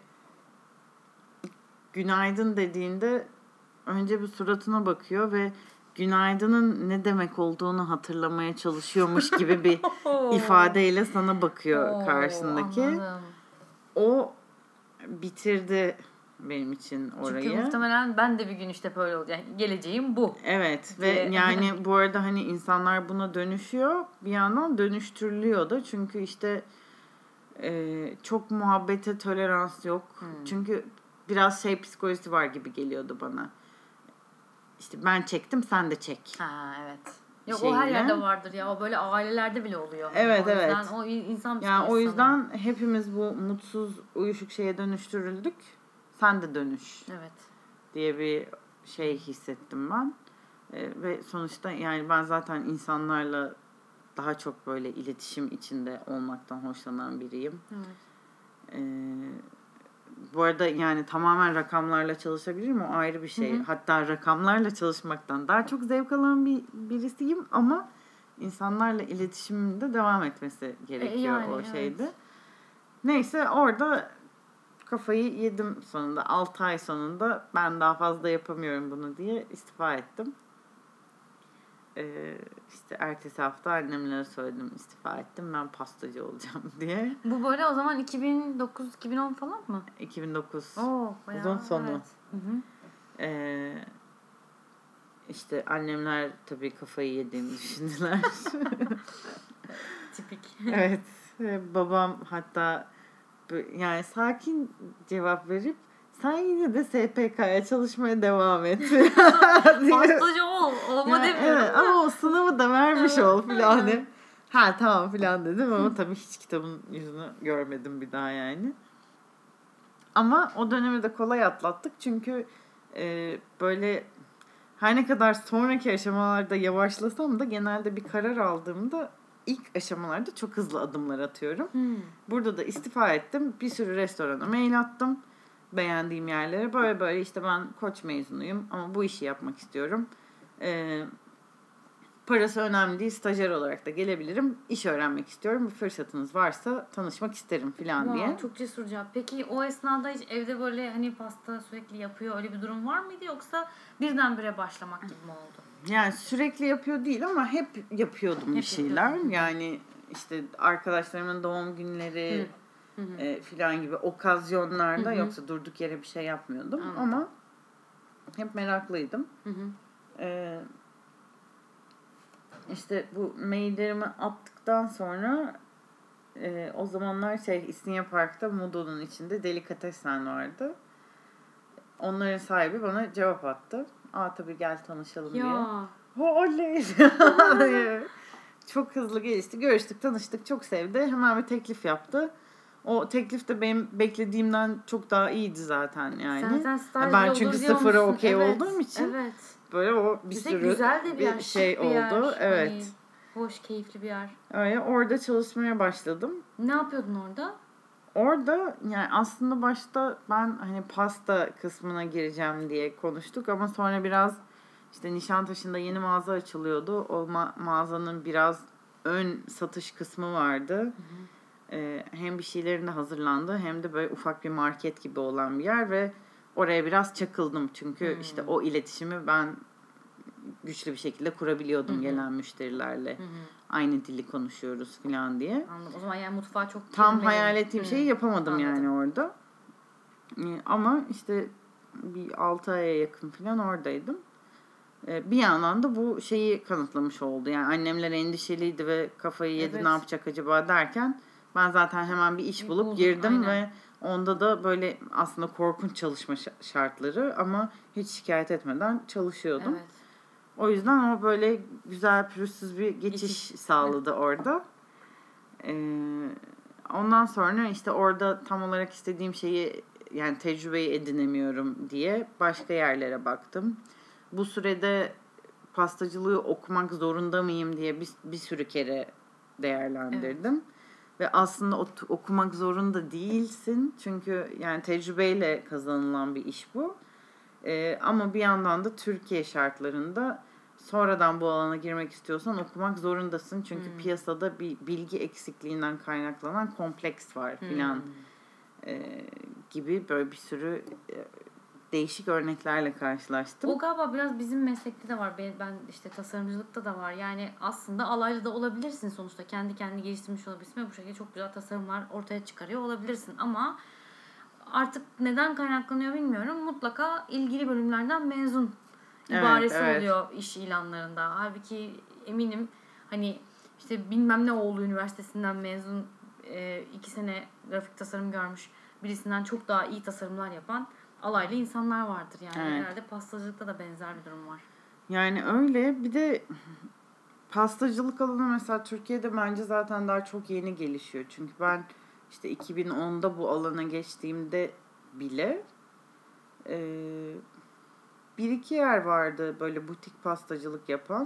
S2: günaydın dediğinde önce bir suratına bakıyor ve günaydının ne demek olduğunu hatırlamaya çalışıyormuş gibi bir ifadeyle sana bakıyor karşındaki. Anladım. O bitirdi benim için orayı.
S1: Çünkü muhtemelen ben de bir gün işte böyle olacak. Yani geleceğim bu.
S2: Evet ve yani bu arada hani insanlar buna dönüşüyor. Bir yandan dönüştürülüyor da. Çünkü işte e, çok muhabbete tolerans yok. Hmm. Çünkü biraz şey psikolojisi var gibi geliyordu bana. İşte ben çektim sen de çek.
S1: Ha evet. Yok şeyine. O her yerde vardır ya. O böyle ailelerde bile oluyor. Hani.
S2: Evet
S1: o
S2: evet.
S1: O yüzden o insan
S2: yani o yüzden sanırım. Hepimiz bu mutsuz uyuşuk şeye dönüştürüldük. Sen de dönüş.
S1: Evet.
S2: Diye bir şey hissettim ben. Ee, ve sonuçta yani ben zaten insanlarla daha çok böyle iletişim içinde olmaktan hoşlanan biriyim. Evet. Ee, bu arada yani tamamen rakamlarla çalışabilirim o ayrı bir şey. Hı hı. Hatta rakamlarla çalışmaktan daha çok zevk alan bir birisiyim ama insanlarla iletişimde devam etmesi gerekiyor e yani, o şeyde. Evet. Neyse orada kafayı yedim sonunda. altı ay sonunda ben daha fazla yapamıyorum bunu diye istifa ettim. Ee, işte ertesi hafta annemlere söyledim, istifa ettim, ben pastacı olacağım diye.
S1: Bu böyle o zaman iki bin dokuz iki bin on falan mı?
S2: iki bin dokuz.
S1: Oo, bayağı,
S2: Uzun sonu.
S1: Evet. Hı hı.
S2: Ee, işte annemler tabii kafayı yediğimi düşündüler.
S1: Tipik.
S2: Evet. Babam hatta yani sakin cevap verip sen yine de S P K'ya çalışmaya devam et.
S1: Pastacı ol. Olma
S2: yani,
S1: demiyorum.
S2: Evet, ama o sınavı da vermiş ol filan de. Ha tamam filan dedim ama tabii hiç kitabın yüzünü görmedim bir daha yani. Ama o dönemi de kolay atlattık çünkü e, böyle her ne kadar sonraki aşamalarda yavaşlasam da genelde bir karar aldığımda ilk aşamalarda çok hızlı adımlar atıyorum.
S1: Hmm.
S2: Burada da istifa ettim. Bir sürü restorana mail attım. Beğendiğim yerlere. Böyle böyle işte ben Koç mezunuyum ama bu işi yapmak istiyorum. Ee, parası önemli değil. Stajyer olarak da gelebilirim. İş öğrenmek istiyorum. Bir fırsatınız varsa tanışmak isterim falan
S1: Wow,
S2: diye.
S1: çok cesurca. Peki o esnada hiç evde böyle hani pasta sürekli yapıyor öyle bir durum var mıydı yoksa birdenbire başlamak gibi mi oldu?
S2: Yani sürekli yapıyor değil ama hep yapıyordum hep bir şeyler. Yapıyordum. Yani işte arkadaşlarımın doğum günleri hı. e, filan gibi okazyonlarda hı hı. Yoksa durduk yere bir şey yapmıyordum. Anladım. Ama hep meraklıydım. Hı hı. E, işte bu maillerimi attıktan sonra e, o zamanlar şey İstinye Park'ta Mudo'nun içinde delikatessen vardı. Onların sahibi bana cevap attı. Aa tabii gel tanışalım ya. diye. Oley. Çok hızlı gelişti. Görüştük, tanıştık. Çok sevdi. Hemen bir teklif yaptı. O teklif de benim beklediğimden çok daha iyiydi zaten yani.
S1: Zaten staj
S2: ben çünkü sıfıra okey evet, olduğum için. Evet. Böyle o bir
S1: Bize
S2: sürü
S1: güzel de bir, yer,
S2: bir şey
S1: bir yer.
S2: oldu. Evet.
S1: Hani hoş, keyifli bir yer.
S2: Öyle orada çalışmaya başladım.
S1: Ne yapıyordun orada?
S2: Orada yani aslında başta ben hani pasta kısmına gireceğim diye konuştuk ama sonra biraz işte Nişantaşı'nda yeni mağaza açılıyordu. O ma- mağazanın biraz ön satış kısmı vardı. Hı hı. Ee, hem bir şeylerin de hazırlandı hem de böyle ufak bir market gibi olan bir yer ve oraya biraz çakıldım. Çünkü hmm. işte o iletişimi ben güçlü bir şekilde kurabiliyordum Hı-hı. gelen müşterilerle. Hı-hı. Aynı dili konuşuyoruz falan diye.
S1: Anladım. O zaman yani mutfağa çok
S2: tam hayal ettiğim Hı-hı. şeyi yapamadım Anladım. yani orada. Ama işte bir altı aya yakın falan oradaydım. Bir yandan da bu şeyi kanıtlamış oldu. Yani annemler endişeliydi ve kafayı yedi evet. ne yapacak acaba derken ben zaten hemen bir iş bulup Buldum, girdim aynen. ve onda da böyle aslında korkunç çalışma şartları ama hiç şikayet etmeden çalışıyordum. Evet. O yüzden o böyle güzel pürüzsüz bir geçiş, geçiş. sağladı orada. Ee, ondan sonra işte orada tam olarak istediğim şeyi yani tecrübeyi edinemiyorum diye başka yerlere baktım. Bu sürede pastacılığı okumak zorunda mıyım diye bir, bir sürü kere değerlendirdim. Evet. Ve aslında okumak zorunda değilsin. Çünkü yani tecrübeyle kazanılan bir iş bu. Ee, ama bir yandan da Türkiye şartlarında sonradan bu alana girmek istiyorsan okumak zorundasın. Çünkü hmm. piyasada bir bilgi eksikliğinden kaynaklanan kompleks var filan hmm. ee, gibi böyle bir sürü değişik örneklerle karşılaştım.
S1: O galiba biraz bizim meslekte de var. Ben, ben işte tasarımcılıkta da var. Yani aslında alaylı da olabilirsin sonuçta. Kendi kendini geliştirmiş olabilirsin ve bu şekilde çok güzel tasarımlar ortaya çıkarıyor olabilirsin. Ama artık neden kaynaklanıyor bilmiyorum. Mutlaka ilgili bölümlerden mezun ibaresi evet, evet. oluyor iş ilanlarında. Halbuki eminim hani işte bilmem ne Oğlu Üniversitesi'nden mezun e, iki sene grafik tasarım görmüş birisinden çok daha iyi tasarımlar yapan alaylı insanlar vardır yani. Evet. Herhalde pastacılıkta da benzer bir durum var.
S2: Yani öyle. Bir de pastacılık alanı mesela Türkiye'de bence zaten daha çok yeni gelişiyor. Çünkü ben işte iki bin onda bu alana geçtiğimde bile e, bir iki yer vardı böyle butik pastacılık yapan.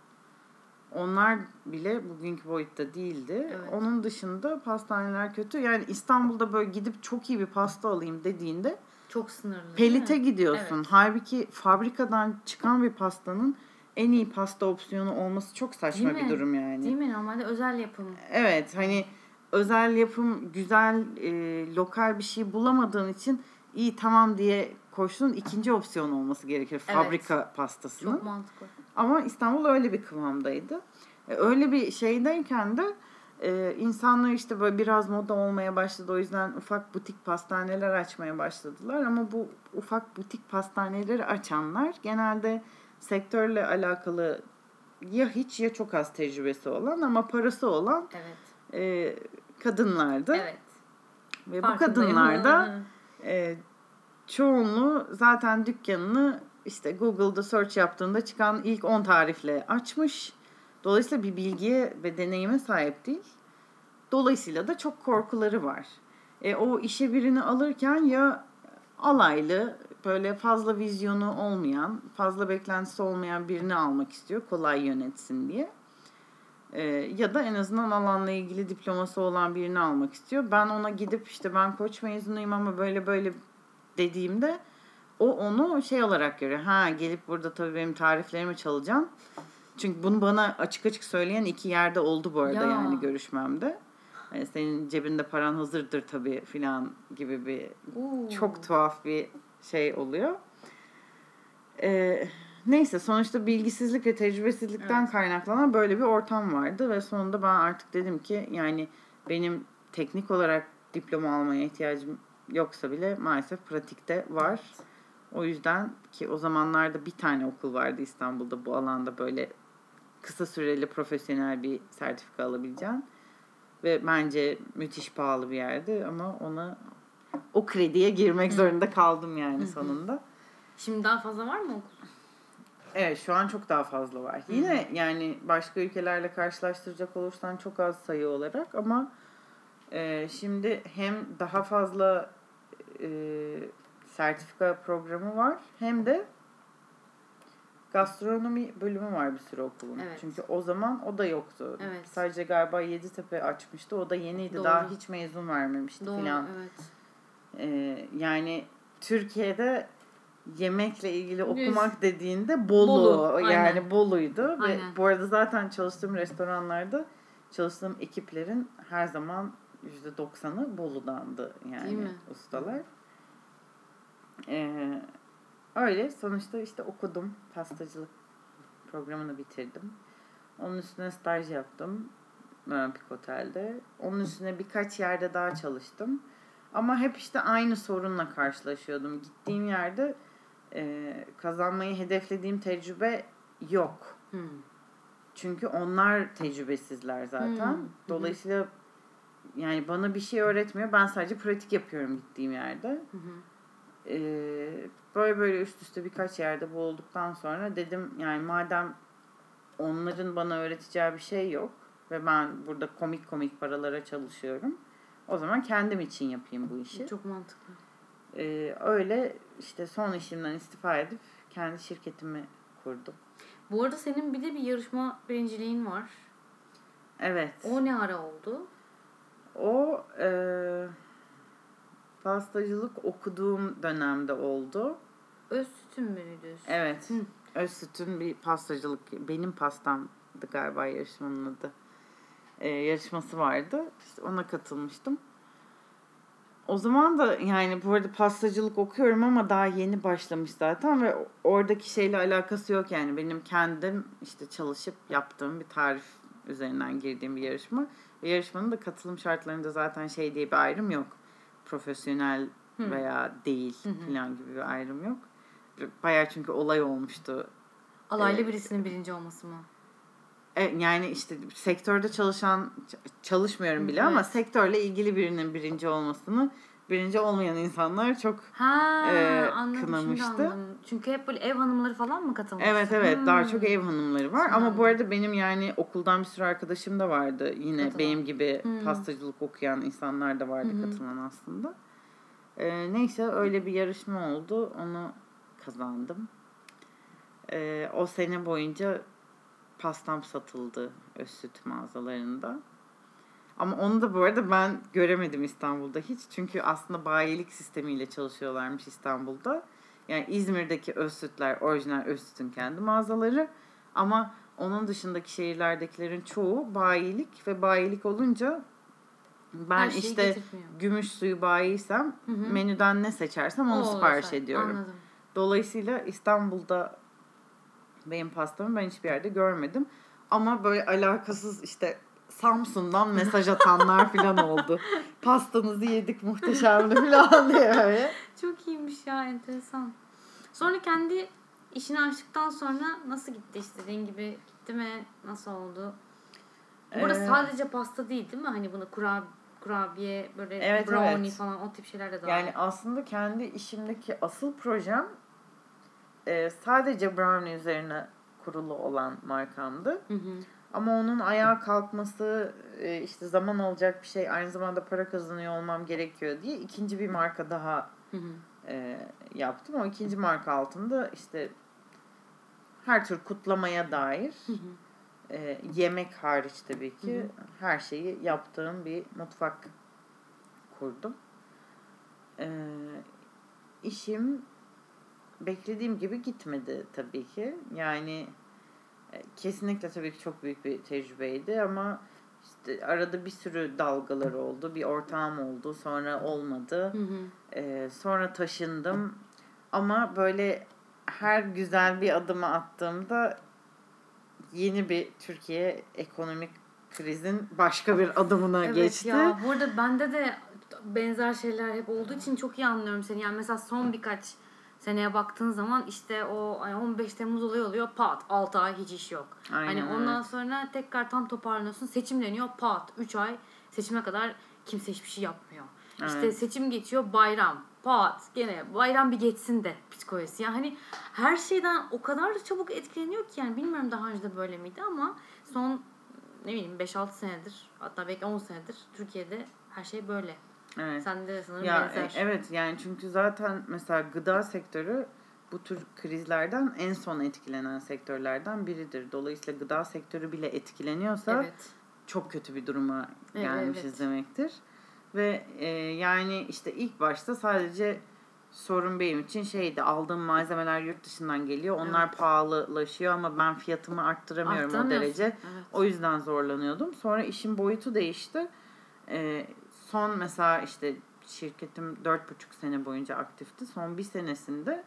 S2: Onlar bile bugünkü boyutta değildi. Evet. Onun dışında pastaneler kötü. Yani İstanbul'da böyle gidip çok iyi bir pasta alayım dediğinde
S1: çok sınırlı.
S2: Pelit'e gidiyorsun. Evet. Halbuki fabrikadan çıkan bir pastanın en iyi pasta opsiyonu olması çok saçma bir durum yani.
S1: Değil mi? Normalde özel yapım.
S2: Evet. Hani özel yapım, güzel, e, lokal bir şey bulamadığın için iyi tamam diye koştuğun ikinci opsiyon olması gerekir.
S1: Evet.
S2: Fabrika pastasının.
S1: Çok mantıklı.
S2: Ama İstanbul öyle bir kıvamdaydı. E, öyle bir şeydeyken de e, insanlar işte böyle biraz moda olmaya başladı. O yüzden ufak butik pastaneler açmaya başladılar. Ama bu ufak butik pastaneleri açanlar genelde sektörle alakalı ya hiç ya çok az tecrübesi olan ama parası olan
S1: Evet.
S2: e, kadınlardı.
S1: Evet.
S2: Ve bu kadınlar da e, çoğunluğu zaten dükkanını işte Google'da search yaptığında çıkan ilk on tarifle açmış. Dolayısıyla bir bilgiye ve deneyime sahip değil. Dolayısıyla da çok korkuları var. E, o işe birini alırken ya alaylı, böyle fazla vizyonu olmayan, fazla beklentisi olmayan birini almak istiyor. Kolay yönetsin diye. E, ya da en azından alanla ilgili diploması olan birini almak istiyor. Ben ona gidip işte ben Koç mezunuyum ama böyle böyle dediğimde o onu şey olarak görüyor. Ha gelip burada tabii benim tariflerimi çalacaksın. Çünkü bunu bana açık açık söyleyen iki yerde oldu bu arada
S1: ya.
S2: yani görüşmemde. Yani senin cebinde paran hazırdır tabii filan gibi bir
S1: Oo.
S2: çok tuhaf bir şey oluyor. Ee, neyse sonuçta bilgisizlik ve tecrübesizlikten
S1: evet.
S2: kaynaklanan böyle bir ortam vardı ve sonunda ben artık dedim ki yani benim teknik olarak diploma almaya ihtiyacım yoksa bile maalesef pratikte var. Evet. O yüzden ki o zamanlarda bir tane okul vardı İstanbul'da bu alanda böyle kısa süreli profesyonel bir sertifika alabileceğin. Ve bence müthiş pahalı bir yerdi ama ona o krediye girmek Hı. zorunda kaldım yani Hı. sonunda.
S1: Şimdi daha fazla var mı okul?
S2: Evet şu an çok daha fazla var. Hı. Yine yani başka ülkelerle karşılaştıracak olursan çok az sayı olarak ama e, şimdi hem daha fazla e, sertifika programı var hem de gastronomi bölümü var bir sürü okulun. Evet. Çünkü o zaman o da yoktu. Evet. Sadece galiba Yeditepe açmıştı. O da yeniydi. Doğru. Daha hiç mezun vermemişti falan. Evet. Ee, yani Türkiye'de yemekle ilgili okumak Yüz. dediğinde Bolu. Bolu. Yani Aynen. Bolu'ydu. Aynen. Ve bu arada zaten çalıştığım restoranlarda çalıştığım ekiplerin her zaman yüzde doksanı Bolu'dandı yani ustalar. Ee, Öyle. Sonuçta işte okudum. Pastacılık programını bitirdim. Onun üstüne staj yaptım. Mövenpick Otel'de. Onun üstüne birkaç yerde daha çalıştım. Ama hep işte aynı sorunla karşılaşıyordum. Gittiğim yerde e, kazanmayı hedeflediğim tecrübe yok. Hmm. Çünkü onlar tecrübesizler zaten. Hmm. Dolayısıyla yani bana bir şey öğretmiyor. Ben sadece pratik yapıyorum gittiğim yerde. Hı hı. Ee, böyle böyle üst üste birkaç yerde bu olduktan sonra dedim yani madem onların bana öğreteceği bir şey yok ve ben burada komik komik paralara çalışıyorum o zaman kendim için yapayım bu işi.
S1: Çok mantıklı.
S2: Ee, öyle işte son işimden istifa edip kendi şirketimi kurdum.
S1: Bu arada senin bir de bir yarışma birinciliğin var.
S2: Evet.
S1: O ne ara oldu?
S2: O eee pastacılık okuduğum dönemde oldu.
S1: Özsüt'ün müydü?
S2: Evet. Hı. Özsüt'ün bir pastacılık, benim pastamdı galiba yarışmanın adı. Ee, yarışması vardı. İşte ona katılmıştım. O zaman da yani bu arada pastacılık okuyorum ama daha yeni başlamış zaten ve oradaki şeyle alakası yok yani. Benim kendim işte çalışıp yaptığım bir tarif üzerinden girdiğim bir yarışma. Ve yarışmanın da katılım şartlarında zaten şey diye bir ayrım yok. Profesyonel Hı. veya değil Hı-hı. falan gibi bir ayrım yok. Bayağı çünkü olay olmuştu.
S1: Alaylı ee, birisinin birinci olması mı?
S2: E, yani işte sektörde çalışan, çalışmıyorum bile evet. ama sektörle ilgili birinin birinci olmasını birinci olmayan insanlar çok
S1: ha,
S2: e,
S1: anladım,
S2: kınamıştı.
S1: Çünkü hep böyle ev hanımları falan mı katılmış?
S2: Evet evet hmm. daha çok ev hanımları var şimdi ama anladım. Bu arada benim yani okuldan bir sürü arkadaşım da vardı. Yine katılan. Benim gibi hmm. pastacılık okuyan insanlar da vardı hmm. katılan aslında. E, neyse öyle bir yarışma oldu. Onu kazandım. E, o sene boyunca pastam satıldı Özsüt mağazalarında. Ama onu da bu arada ben göremedim İstanbul'da hiç. Çünkü aslında bayilik sistemiyle çalışıyorlarmış İstanbul'da. Yani İzmir'deki Özsütler orijinal Özsüt'ün kendi mağazaları. Ama onun dışındaki şehirlerdekilerin çoğu bayilik ve bayilik olunca Ben işte gümüş suyu bayiysem hı hı. menüden ne seçersem onu o sipariş olursa. ediyorum. Anladım. Dolayısıyla İstanbul'da benim pastamı ben hiçbir yerde görmedim. Ama böyle alakasız işte Samsun'dan mesaj atanlar falan oldu. Pastanızı yedik muhteşemdi falan diye böyle.
S1: Çok iyiymiş ya, enteresan. Sonra kendi işini açtıktan sonra nasıl gitti, istediğin gibi gitti mi? Nasıl oldu? Burada ee, sadece pasta değil değil mi? Hani bunu kurab kurabiye, böyle evet, brownie evet. falan o tip şeyler de daha.
S2: Yani aslında kendi işimdeki asıl projem e, sadece brownie üzerine kurulu olan markamdı. Hı hı. Ama onun ayağa kalkması e, işte zaman alacak bir şey, aynı zamanda para kazanıyor olmam gerekiyor diye ikinci bir marka daha hı hı. E, yaptım. O ikinci marka altında işte her tür kutlamaya dair hı hı. E, yemek hariç tabii ki hı hı. her şeyi yaptığım bir mutfak kurdum. E, işim beklediğim gibi gitmedi tabii ki. Yani kesinlikle tabii ki çok büyük bir tecrübeydi ama işte arada bir sürü dalgalar oldu. Bir ortağım oldu. Sonra olmadı. Hı hı. Ee, sonra taşındım. Ama böyle her güzel bir adımı attığımda yeni bir Türkiye ekonomik krizin başka bir adımına evet geçti.
S1: Evet ya, burada bende de benzer şeyler hep olduğu için çok iyi anlıyorum seni. Yani mesela son birkaç seneye baktığın zaman işte o on beş Temmuz olayı oluyor, pat altı ay hiç iş yok. Aynen, hani ondan evet. sonra tekrar tam toparlanıyorsun, seçimleniyor, pat üç ay seçime kadar kimse hiçbir şey yapmıyor. Evet. İşte seçim geçiyor, bayram, pat gene bayram bir geçsin de psikolojisi. Yani hani her şeyden o kadar da çabuk etkileniyor ki, yani bilmiyorum daha önce de böyle miydi ama son ne bileyim beş altı senedir, hatta belki on senedir Türkiye'de her şey böyle. Evet. Sen de sanırım
S2: ya,
S1: benzer.
S2: Evet yani çünkü zaten mesela gıda sektörü bu tür krizlerden en son etkilenen sektörlerden biridir. Dolayısıyla gıda sektörü bile etkileniyorsa evet. çok kötü bir duruma gelmişiz evet. demektir. Ve e, yani işte ilk başta sadece sorun benim için şeydi, aldığım malzemeler yurt dışından geliyor. Onlar evet. pahalılaşıyor ama ben fiyatımı arttıramıyorum o derece. Evet. O yüzden zorlanıyordum. Sonra işin boyutu değişti. E, son mesela işte şirketim dört buçuk sene boyunca aktifti. Son bir senesinde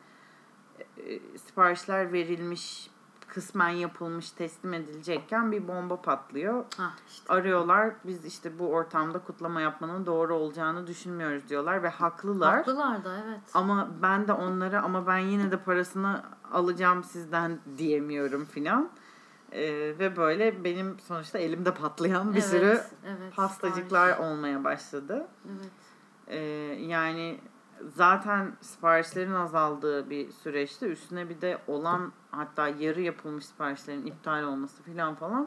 S2: e, siparişler verilmiş, kısmen yapılmış, teslim edilecekken bir bomba patlıyor. Ah, işte. Arıyorlar. Biz işte bu ortamda kutlama yapmanın doğru olacağını düşünmüyoruz diyorlar ve haklılar.
S1: Haklılar da evet.
S2: Ama ben de onlara ama ben yine de parasını alacağım sizden diyemiyorum filan. Ee, ve böyle benim sonuçta elimde patlayan bir evet, sürü evet, pastacıklar sipariş. olmaya başladı. Evet. Ee, yani zaten siparişlerin azaldığı bir süreçte üstüne bir de olan, hatta yarı yapılmış siparişlerin iptal olması filan falan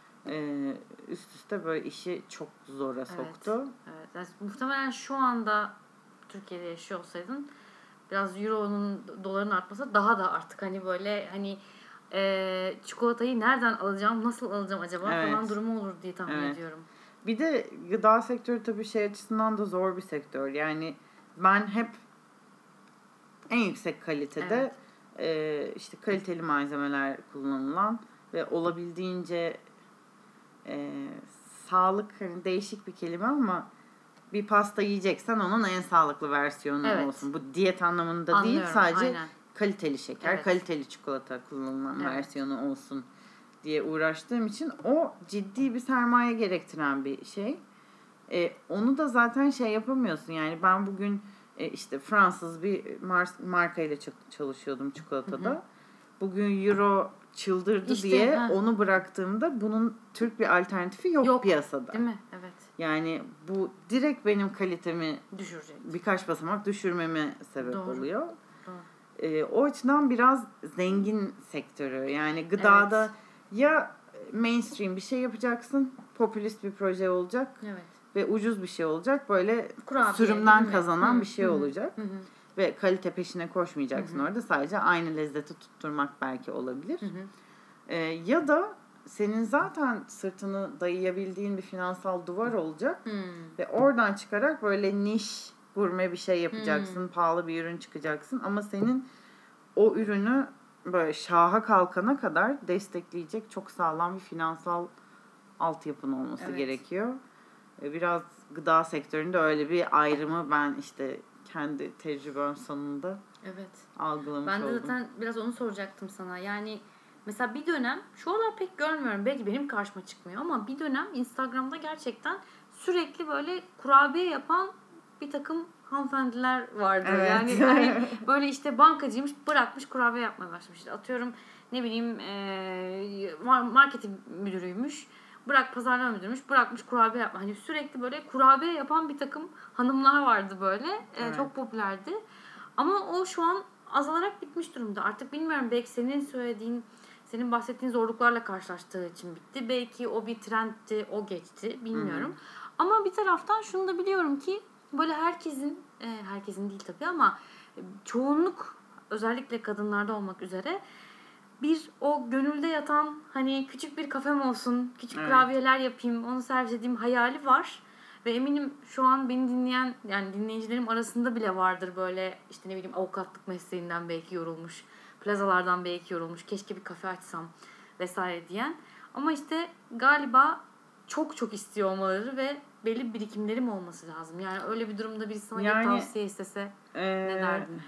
S2: e, üst üste böyle işi çok zora soktu.
S1: Evet, evet. Yani muhtemelen şu anda Türkiye'de yaşıyor olsaydın biraz euronun, doların artması daha da artık hani böyle hani e, çikolatayı nereden alacağım, nasıl alacağım acaba evet. falan durumu olur diye tahmin evet. ediyorum.
S2: Bir de gıda sektörü tabii şey açısından da zor bir sektör. Yani ben hep en yüksek kalitede evet. e, işte kaliteli malzemeler kullanılan ve olabildiğince e, sağlık, hani değişik bir kelime ama bir pasta yiyeceksen onun en sağlıklı versiyonu evet. olsun. Bu diyet anlamında Anlıyorum, değil, sadece aynen. kaliteli şeker, evet. kaliteli çikolata kullanılan evet. versiyonu olsun diye uğraştığım için o ciddi bir sermaye gerektiren bir şey. E, onu da zaten şey yapamıyorsun. Yani ben bugün e, işte Fransız bir mar- markayla çalışıyordum çikolatada. Hı hı. Bugün euro çıldırdı işte, diye ha. onu bıraktığımda bunun Türk bir alternatifi yok, yok piyasada.
S1: Değil mi? Evet.
S2: Yani bu direkt benim kalitemi
S1: düşürecek.
S2: Birkaç basamak düşürmeme sebep Doğru. oluyor.
S1: Doğru.
S2: E, o açıdan biraz zengin sektörü. Yani gıdada evet. ya mainstream bir şey yapacaksın, popülist bir proje olacak. Evet. Ve ucuz bir şey olacak. Böyle Kurabiye, sürümden kazanan Hı. bir şey Hı. olacak. Hı. Ve kalite peşine koşmayacaksın Hı. orada. Sadece aynı lezzeti tutturmak belki olabilir. Hı. Ee, ya da senin zaten sırtını dayayabildiğin bir finansal duvar olacak. Hı. Ve oradan çıkarak böyle niş, gurme bir şey yapacaksın. Hı. Pahalı bir ürün çıkacaksın. Ama senin o ürünü böyle şaha kalkana kadar destekleyecek çok sağlam bir finansal altyapın olması evet. gerekiyor. Biraz gıda sektöründe öyle bir ayrımı ben işte kendi tecrübem sonunda
S1: evet.
S2: algılamış
S1: ben de
S2: oldum.
S1: zaten biraz onu soracaktım sana. Yani mesela bir dönem, şu aralar pek görmüyorum. Belki benim karşıma çıkmıyor ama bir dönem Instagram'da gerçekten sürekli böyle kurabiye yapan bir takım hanımefendiler vardı.
S2: Evet.
S1: Yani hani böyle işte bankacıymış, bırakmış kurabiye yapmaya başlamış. İşte atıyorum ne bileyim e, marketing müdürüymüş. Bırak pazarlama müdürüymüş, bırakmış kurabiye yapma. Hani sürekli böyle kurabiye yapan bir takım hanımlar vardı böyle. Evet. E, çok popülerdi. Ama o şu an azalarak bitmiş durumda. Artık bilmiyorum, belki senin söylediğin, senin bahsettiğin zorluklarla karşılaştığı için bitti. Belki o bir trendti, o geçti. Bilmiyorum. Hı-hı. Ama bir taraftan şunu da biliyorum ki böyle herkesin, e, herkesin değil tabii ama çoğunluk, özellikle kadınlarda olmak üzere, bir o gönülde yatan hani küçük bir kafem olsun, küçük evet. kurabiyeler yapayım, onu servis edeyim hayali var. Ve eminim şu an beni dinleyen, yani dinleyicilerim arasında bile vardır böyle işte ne bileyim avukatlık mesleğinden belki yorulmuş, plazalardan belki yorulmuş, keşke bir kafe açsam vesaire diyen. Ama işte galiba çok çok istiyor olmaları ve belli birikimlerim olması lazım. Yani öyle bir durumda birisi sana yani, bir tavsiye istese ee, ne derdin?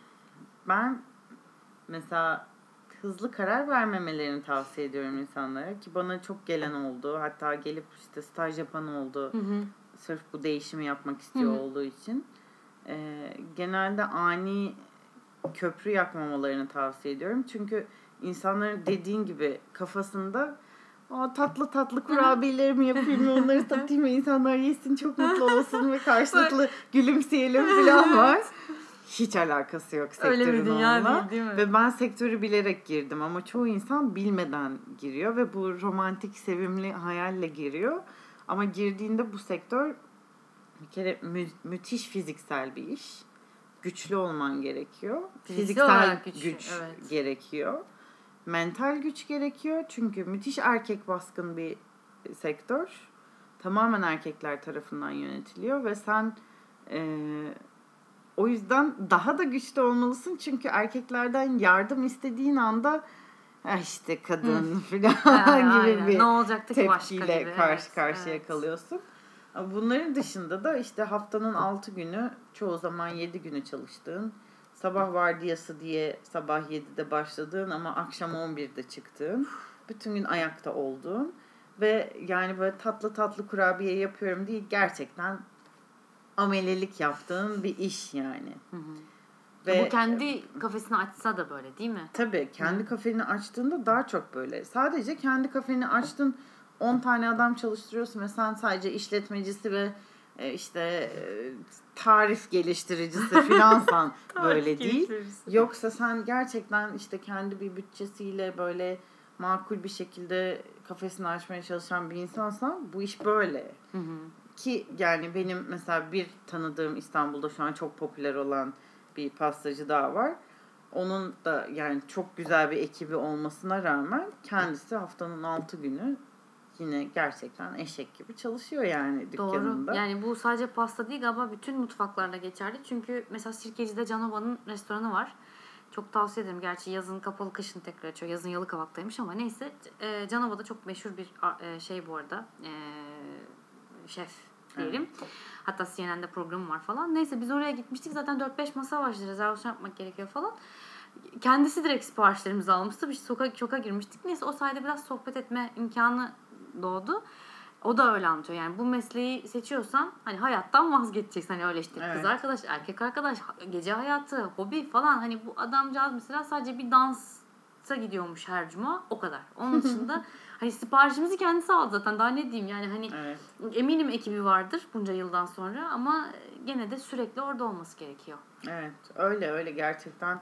S2: Ben mesela hızlı karar vermemelerini tavsiye ediyorum insanlara ki bana çok gelen oldu. Hatta gelip işte staj yapan oldu. Hı hı. Sırf bu değişimi yapmak istiyor hı hı. olduğu için. Ee, genelde ani köprü yakmamalarını tavsiye ediyorum. Çünkü insanların dediğin gibi kafasında Aa, tatlı tatlı kurabiyelerimi yapayım, onları satayım ve insanlar yesin, çok mutlu olsun ve karşılıklı gülümseyelim falan var. Hiç alakası yok sektörün onunla. Değil, değil ve ben sektörü bilerek girdim ama çoğu insan bilmeden giriyor ve bu romantik, sevimli hayalle giriyor. Ama girdiğinde bu sektör bir kere mü- müthiş fiziksel bir iş. Güçlü olman gerekiyor. Fiziksel, fiziksel güç, güç evet. gerekiyor. Mental güç gerekiyor. Çünkü müthiş erkek baskın bir sektör. Tamamen erkekler tarafından yönetiliyor ve sen e, o yüzden daha da güçlü olmalısın. Çünkü erkeklerden yardım istediğin anda işte kadın falan gibi bir ne olacaktı ki tepkiyle gibi. karşı evet, karşıya evet. kalıyorsun. Bunların dışında da işte haftanın altı günü, çoğu zaman yedi günü çalıştığın, sabah vardiyası diye sabah yedide başladığın ama akşam on birde çıktığın, bütün gün ayakta olduğun ve yani böyle tatlı tatlı kurabiye yapıyorum değil, gerçekten amelelik yaptığın bir iş yani.
S1: Hı hı. Ve bu kendi kafesini açsa da böyle değil mi?
S2: Tabii kendi hı. kafeni açtığında daha çok böyle. Sadece kendi kafeni açtın, on tane adam çalıştırıyorsun ve sen sadece işletmecisi ve işte tarif geliştiricisi filansan böyle değil. Yoksa sen gerçekten işte kendi bir bütçesiyle böyle makul bir şekilde kafesini açmaya çalışan bir insansan bu iş böyle. Hı hı. Ki yani benim mesela bir tanıdığım İstanbul'da şu an çok popüler olan bir pastacı daha var. Onun da yani çok güzel bir ekibi olmasına rağmen kendisi haftanın altı günü yine gerçekten eşek gibi çalışıyor yani dükkanında.
S1: Doğru. Yani bu sadece pasta değil galiba, bütün mutfaklarda geçerli. Çünkü mesela Sirkeci'de Canova'nın restoranı var. Çok tavsiye ederim. Gerçi yazın kapalı, kışın tekrar açıyor. Yazın Yalıkavak'taymış ama neyse. E, Canova'da çok meşhur bir e, şey bu arada. E, şef diyelim. Evet. Hatta C N N'de programı var falan. Neyse biz oraya gitmiştik. Zaten dört beş masa var. Rezervasyon yapmak gerekiyor falan. Kendisi direkt siparişlerimizi almıştı. Biz sokağa, çoka girmiştik. Neyse o sayede biraz sohbet etme imkanı doğdu. O da öyle anlatıyor. Yani bu mesleği seçiyorsan hani hayattan vazgeçeceksin. Hani öyle işte evet. Kız arkadaş, erkek arkadaş, gece hayatı, hobi falan. Hani bu adamcağız mesela sadece bir dansa gidiyormuş her cuma. O kadar. Onun dışında hani siparişimizi kendisi aldı zaten. Daha ne diyeyim yani hani evet. Eminim ekibi vardır bunca yıldan sonra ama gene de sürekli orada olması gerekiyor.
S2: Evet. Öyle öyle gerçekten.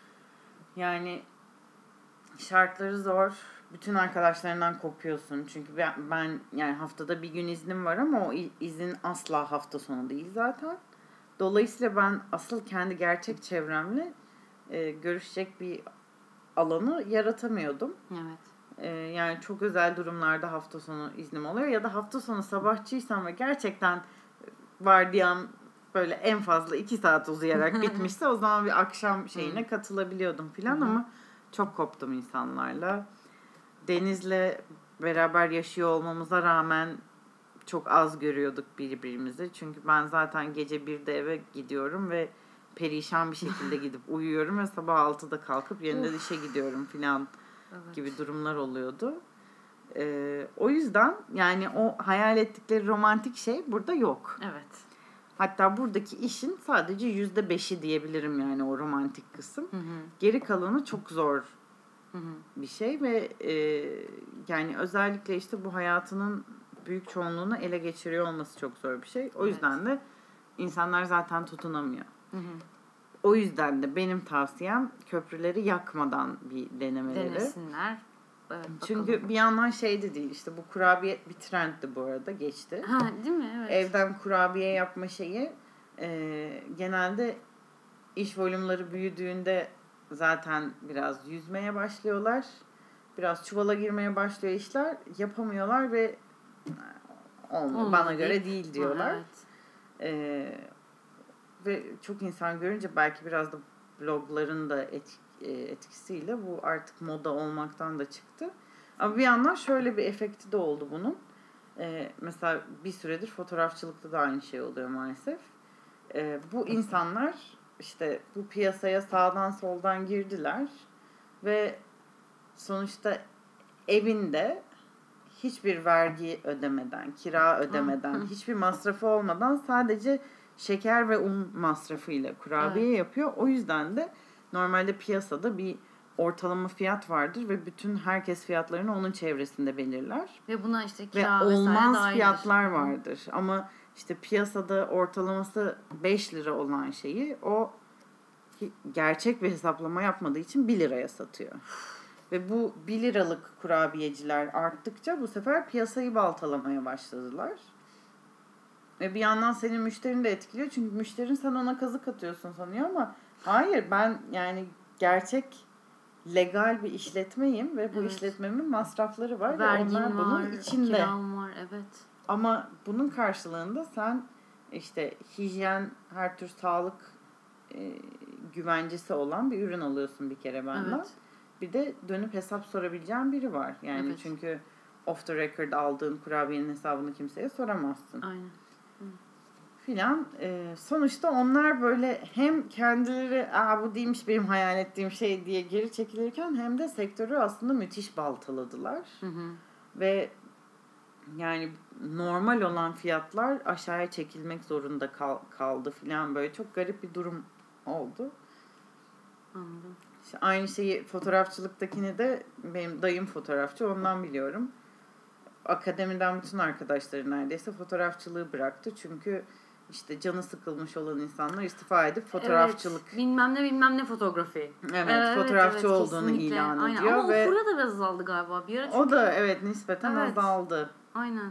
S2: Yani şartları zor. Bütün arkadaşlarından kopuyorsun. Çünkü ben, ben yani haftada bir gün iznim var ama o izin asla hafta sonu değil zaten. Dolayısıyla ben asıl kendi gerçek çevremle e, görüşecek bir alanı yaratamıyordum.
S1: Evet.
S2: E, yani çok özel durumlarda hafta sonu iznim oluyor ya da hafta sonu sabahçıysam ve gerçekten vardiyam böyle en fazla iki saat uzayarak bitmişse o zaman bir akşam şeyine katılabiliyordum filan ama çok koptum insanlarla. Deniz'le beraber yaşıyor olmamıza rağmen çok az görüyorduk birbirimizi. Çünkü ben zaten gece birde eve gidiyorum ve perişan bir şekilde gidip uyuyorum ve sabah altıda kalkıp yeniden işe gidiyorum falan
S1: Evet.
S2: gibi durumlar oluyordu. Ee, o yüzden yani o hayal ettikleri romantik şey burada yok.
S1: Evet.
S2: Hatta buradaki işin sadece yüzde beşi diyebilirim yani o romantik kısım.
S1: Hı hı.
S2: Geri kalanı çok zor
S1: Hı hı.
S2: bir şey ve e, yani özellikle işte bu hayatının büyük çoğunluğunu ele geçiriyor olması çok zor bir şey. O yüzden evet. de insanlar zaten tutunamıyor. Hı hı. O yüzden de benim tavsiyem köprüleri yakmadan bir denemeleri.
S1: Denesinler. Evet,
S2: çünkü bakalım. Bir yandan şey de değil işte bu kurabiye bir trenddi bu arada geçti.
S1: Ha, değil mi? Evet.
S2: Evden kurabiye yapma şeyi e, genelde iş volümleri büyüdüğünde zaten biraz yüzmeye başlıyorlar. Biraz çuvala girmeye başlıyor işler. Yapamıyorlar ve olmuyor. Olmadı bana göre değil diyorlar. Evet. Ee, ve çok insan görünce belki biraz da blogların da et, etkisiyle bu artık moda olmaktan da çıktı. Ama bir yandan şöyle bir efekti de oldu bunun. Ee, mesela bir süredir fotoğrafçılıkta da aynı şey oluyor maalesef. Ee, bu insanlar işte bu piyasaya sağdan soldan girdiler ve sonuçta evinde hiçbir vergi ödemeden, kira ödemeden, hiçbir masrafı olmadan sadece şeker ve un masrafıyla kurabiye evet. yapıyor. O yüzden de normalde piyasada bir ortalama fiyat vardır ve bütün herkes fiyatlarını onun çevresinde belirler.
S1: Ve buna işte kira
S2: ve olmaz
S1: dahildir.
S2: Fiyatlar vardır. Ama işte piyasada ortalaması beş lira olan şeyi o gerçek bir hesaplama yapmadığı için bir liraya satıyor. Ve bu bir liralık kurabiyeciler arttıkça bu sefer piyasayı baltalamaya başladılar. Ve bir yandan senin müşterini de etkiliyor. Çünkü müşterin sen ona kazık atıyorsun sanıyor ama hayır ben yani gerçek legal bir işletmeyim ve bu evet. işletmemin masrafları var. Vergin ve onlar var, bunun içinde.
S1: Kiram var, evet.
S2: Ama bunun karşılığında sen işte hijyen, her tür sağlık e, güvencesi olan bir ürün alıyorsun bir kere benden. Evet. Bir de dönüp hesap sorabileceğin biri var. Yani evet. çünkü off the record aldığın kurabiyenin hesabını kimseye soramazsın.
S1: Aynen.
S2: Filan. Ee, sonuçta onlar böyle hem kendileri aa bu değilmiş benim hayal ettiğim şey diye geri çekilirken hem de sektörü aslında müthiş baltaladılar. Hı hı. Ve yani normal olan fiyatlar aşağıya çekilmek zorunda kal- kaldı filan böyle çok garip bir durum oldu.
S1: Anladım.
S2: İşte aynı şeyi fotoğrafçılıktakini de benim dayım fotoğrafçı ondan biliyorum. Akademiden bütün arkadaşları neredeyse fotoğrafçılığı bıraktı. Çünkü işte canı sıkılmış olan insanlar istifa edip fotoğrafçılık.
S1: Evet, bilmem ne bilmem ne fotoğrafi.
S2: Evet, evet fotoğrafçı evet, olduğunu kesinlikle. ilan
S1: Aynen.
S2: ediyor.
S1: Ama
S2: ve
S1: o furya da biraz azaldı galiba bir ara. Çünkü...
S2: O da evet nispeten evet. azaldı.
S1: Aynen.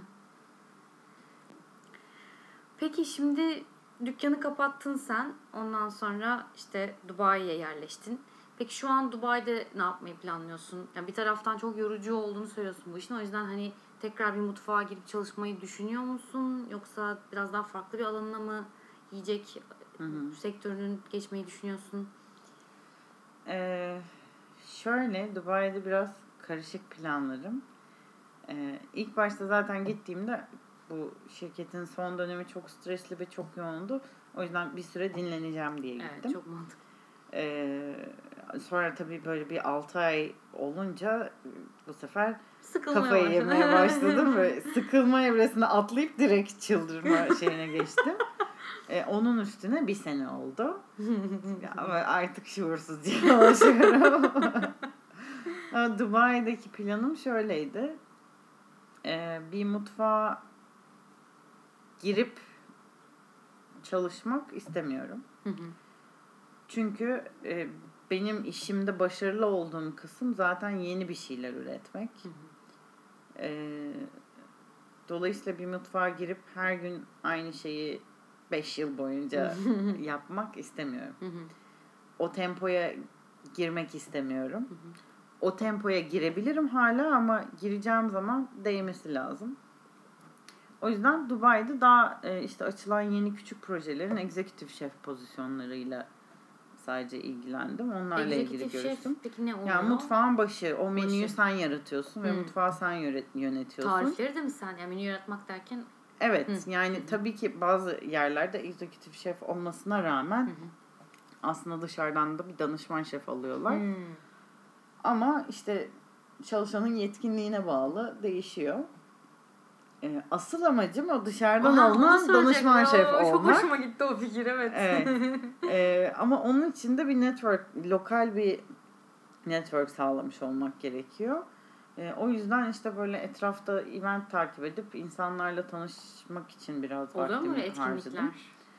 S1: Peki şimdi dükkanı kapattın sen. Ondan sonra işte Dubai'ye yerleştin. Peki şu an Dubai'de ne yapmayı planlıyorsun? Yani bir taraftan çok yorucu olduğunu söylüyorsun bu işin. O yüzden hani tekrar bir mutfağa girip çalışmayı düşünüyor musun? Yoksa biraz daha farklı bir alanına mı yiyecek hı hı. sektörünün geçmeyi düşünüyorsun?
S2: Ee, şöyle Dubai'de biraz karışık planlarım. Ee, ilk başta zaten gittiğimde bu şirketin son dönemi çok stresli ve çok yoğundu. O yüzden bir süre dinleneceğim diye gittim.
S1: Evet, çok mantıklı.
S2: Ee, sonra tabii böyle bir altı ay olunca bu sefer
S1: Sıkılmaya
S2: kafayı
S1: başladım.
S2: yemeye başladım ve sıkılma evresine atlayıp direkt çıldırma şeyine geçtim. Ee, onun üstüne bir sene oldu. Ama artık şuursuzca başlıyorum. Ama Dubai'deki planım şöyleydi. Ee, bir mutfağa girip çalışmak istemiyorum. Hı hı. Çünkü e, benim işimde başarılı olduğum kısım zaten yeni bir şeyler üretmek. Hı hı. E, dolayısıyla bir mutfağa girip her gün aynı şeyi beş yıl boyunca yapmak istemiyorum. Hı hı. O tempoya girmek istemiyorum. Hı hı. O tempoya girebilirim hala ama gireceğim zaman değmesi lazım. O yüzden Dubai'de daha e, işte açılan yeni küçük projelerin executive şef pozisyonlarıyla sadece ilgilendim. Onlarla executive ilgili görüştüm.
S1: Şef, peki ne oluyor?
S2: Yani mutfağın başı. O menüyü başı. sen yaratıyorsun hmm. ve mutfağı sen yönetiyorsun.
S1: Tarifleri de mi sen? Yani menü yaratmak derken
S2: Evet
S1: Hı.
S2: yani
S1: Hı.
S2: tabii ki bazı yerlerde executive şef olmasına rağmen
S1: Hı hı.
S2: aslında dışarıdan da bir danışman şef alıyorlar.
S1: Hmm.
S2: Ama işte çalışanın yetkinliğine bağlı değişiyor. Ee, asıl amacım o dışarıdan
S1: Aha,
S2: alınan danışman şef olmak.
S1: Çok hoşuma gitti o fikir, evet.
S2: Evet. Ee, ama onun için de bir network, lokal bir network sağlamış olmak gerekiyor. Ee, o yüzden işte böyle etrafta event takip edip insanlarla tanışmak için biraz
S1: Oluyor mu
S2: vaktimi
S1: öyle etkinlikler?
S2: harcadım.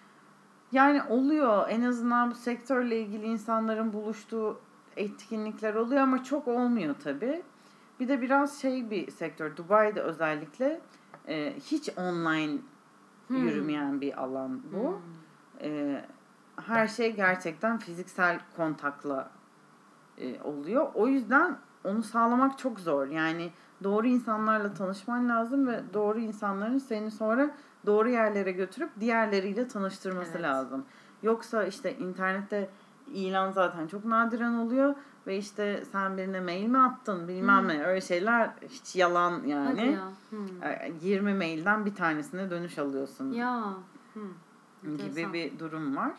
S2: Yani oluyor. En azından bu sektörle ilgili insanların buluştuğu etkinlikler oluyor ama çok olmuyor tabii. Bir de biraz şey bir sektör. Dubai'de özellikle e, hiç online
S1: Hmm.
S2: yürümeyen bir alan bu.
S1: Hmm.
S2: E, her şey gerçekten fiziksel kontakla e, oluyor. O yüzden onu sağlamak çok zor. Yani doğru insanlarla tanışman lazım ve doğru insanların seni sonra doğru yerlere götürüp diğerleriyle tanıştırması
S1: Evet.
S2: lazım. Yoksa işte internette ilan zaten çok nadiren oluyor ve işte sen birine mail mi attın bilmem
S1: Hmm.
S2: ne, öyle şeyler hiç yalan
S1: Hadi
S2: yani.
S1: ya. Hmm.
S2: yirmi mailden bir tanesine dönüş alıyorsun
S1: Ya. Hmm.
S2: gibi
S1: Enteresan.
S2: bir durum var.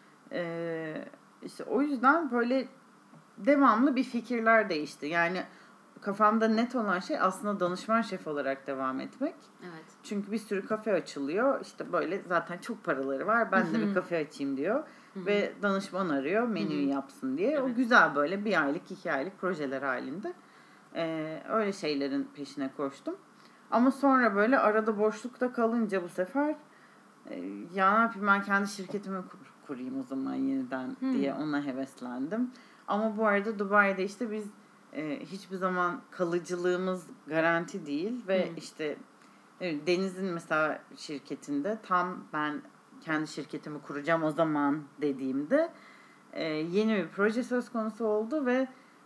S2: Ee, işte o yüzden böyle devamlı bir fikirler değişti. Yani kafamda net olan şey aslında danışman şef olarak devam etmek.
S1: Evet.
S2: Çünkü bir sürü kafe açılıyor. İşte böyle zaten çok paraları var. Ben de bir kafe açayım diyor. Ve danışman arıyor menüyü yapsın diye.
S1: Evet.
S2: O güzel böyle bir aylık, iki aylık projeler halinde. Ee, öyle şeylerin peşine koştum. Ama sonra böyle arada boşlukta kalınca bu sefer e, ya ne yapayım ben kendi şirketimi kur, kurayım o zaman yeniden
S1: Hmm.
S2: diye ona heveslendim. Ama bu arada Dubai'de işte biz e, hiçbir zaman kalıcılığımız garanti değil ve
S1: Hmm.
S2: işte evet, Deniz'in mesela şirketinde tam ben kendi şirketimi kuracağım o zaman dediğimde e, yeni bir proje söz konusu oldu ve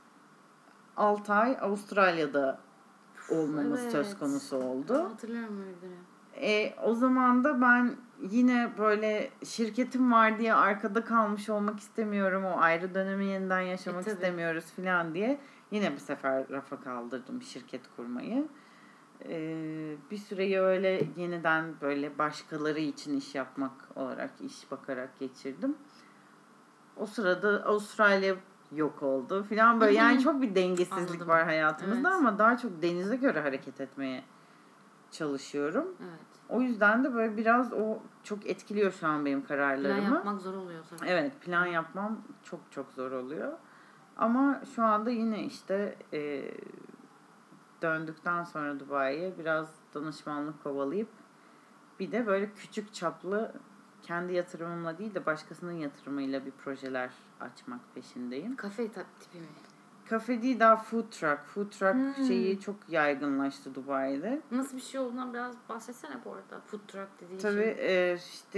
S2: altı ay Avustralya'da olmamız
S1: Evet.
S2: söz konusu oldu.
S1: Ben hatırlıyorum öyle dönem.
S2: E, o zaman da ben yine böyle şirketim var diye arkada kalmış olmak istemiyorum. O ayrı dönemi yeniden yaşamak
S1: E,
S2: istemiyoruz falan diye yine bu sefer rafa kaldırdım şirket kurmayı. E, bir süreyi öyle yeniden böyle başkaları için iş yapmak olarak iş bakarak geçirdim. O sırada Avustralya yok oldu falan böyle yani çok bir dengesizlik
S1: Anladım.
S2: var hayatımızda
S1: Evet.
S2: ama daha çok denize göre hareket etmeye çalışıyorum.
S1: Evet.
S2: O yüzden de böyle biraz o çok etkiliyor şu an benim kararlarımı.
S1: Plan yapmak zor oluyor tabii.
S2: Evet, plan yapmam çok çok zor oluyor. Ama şu anda yine işte e, döndükten sonra Dubai'ye biraz danışmanlık kovalayıp bir de böyle küçük çaplı kendi yatırımımla değil de başkasının yatırımıyla bir projeler açmak peşindeyim.
S1: Kafe tipi mi?
S2: Kafe değil daha food truck. Food truck
S1: Hmm.
S2: şeyi çok yaygınlaştı Dubai'de.
S1: Nasıl bir şey olduğundan biraz bahsetsene bu arada. Food truck dediğin
S2: Tabii
S1: şey.
S2: e, işte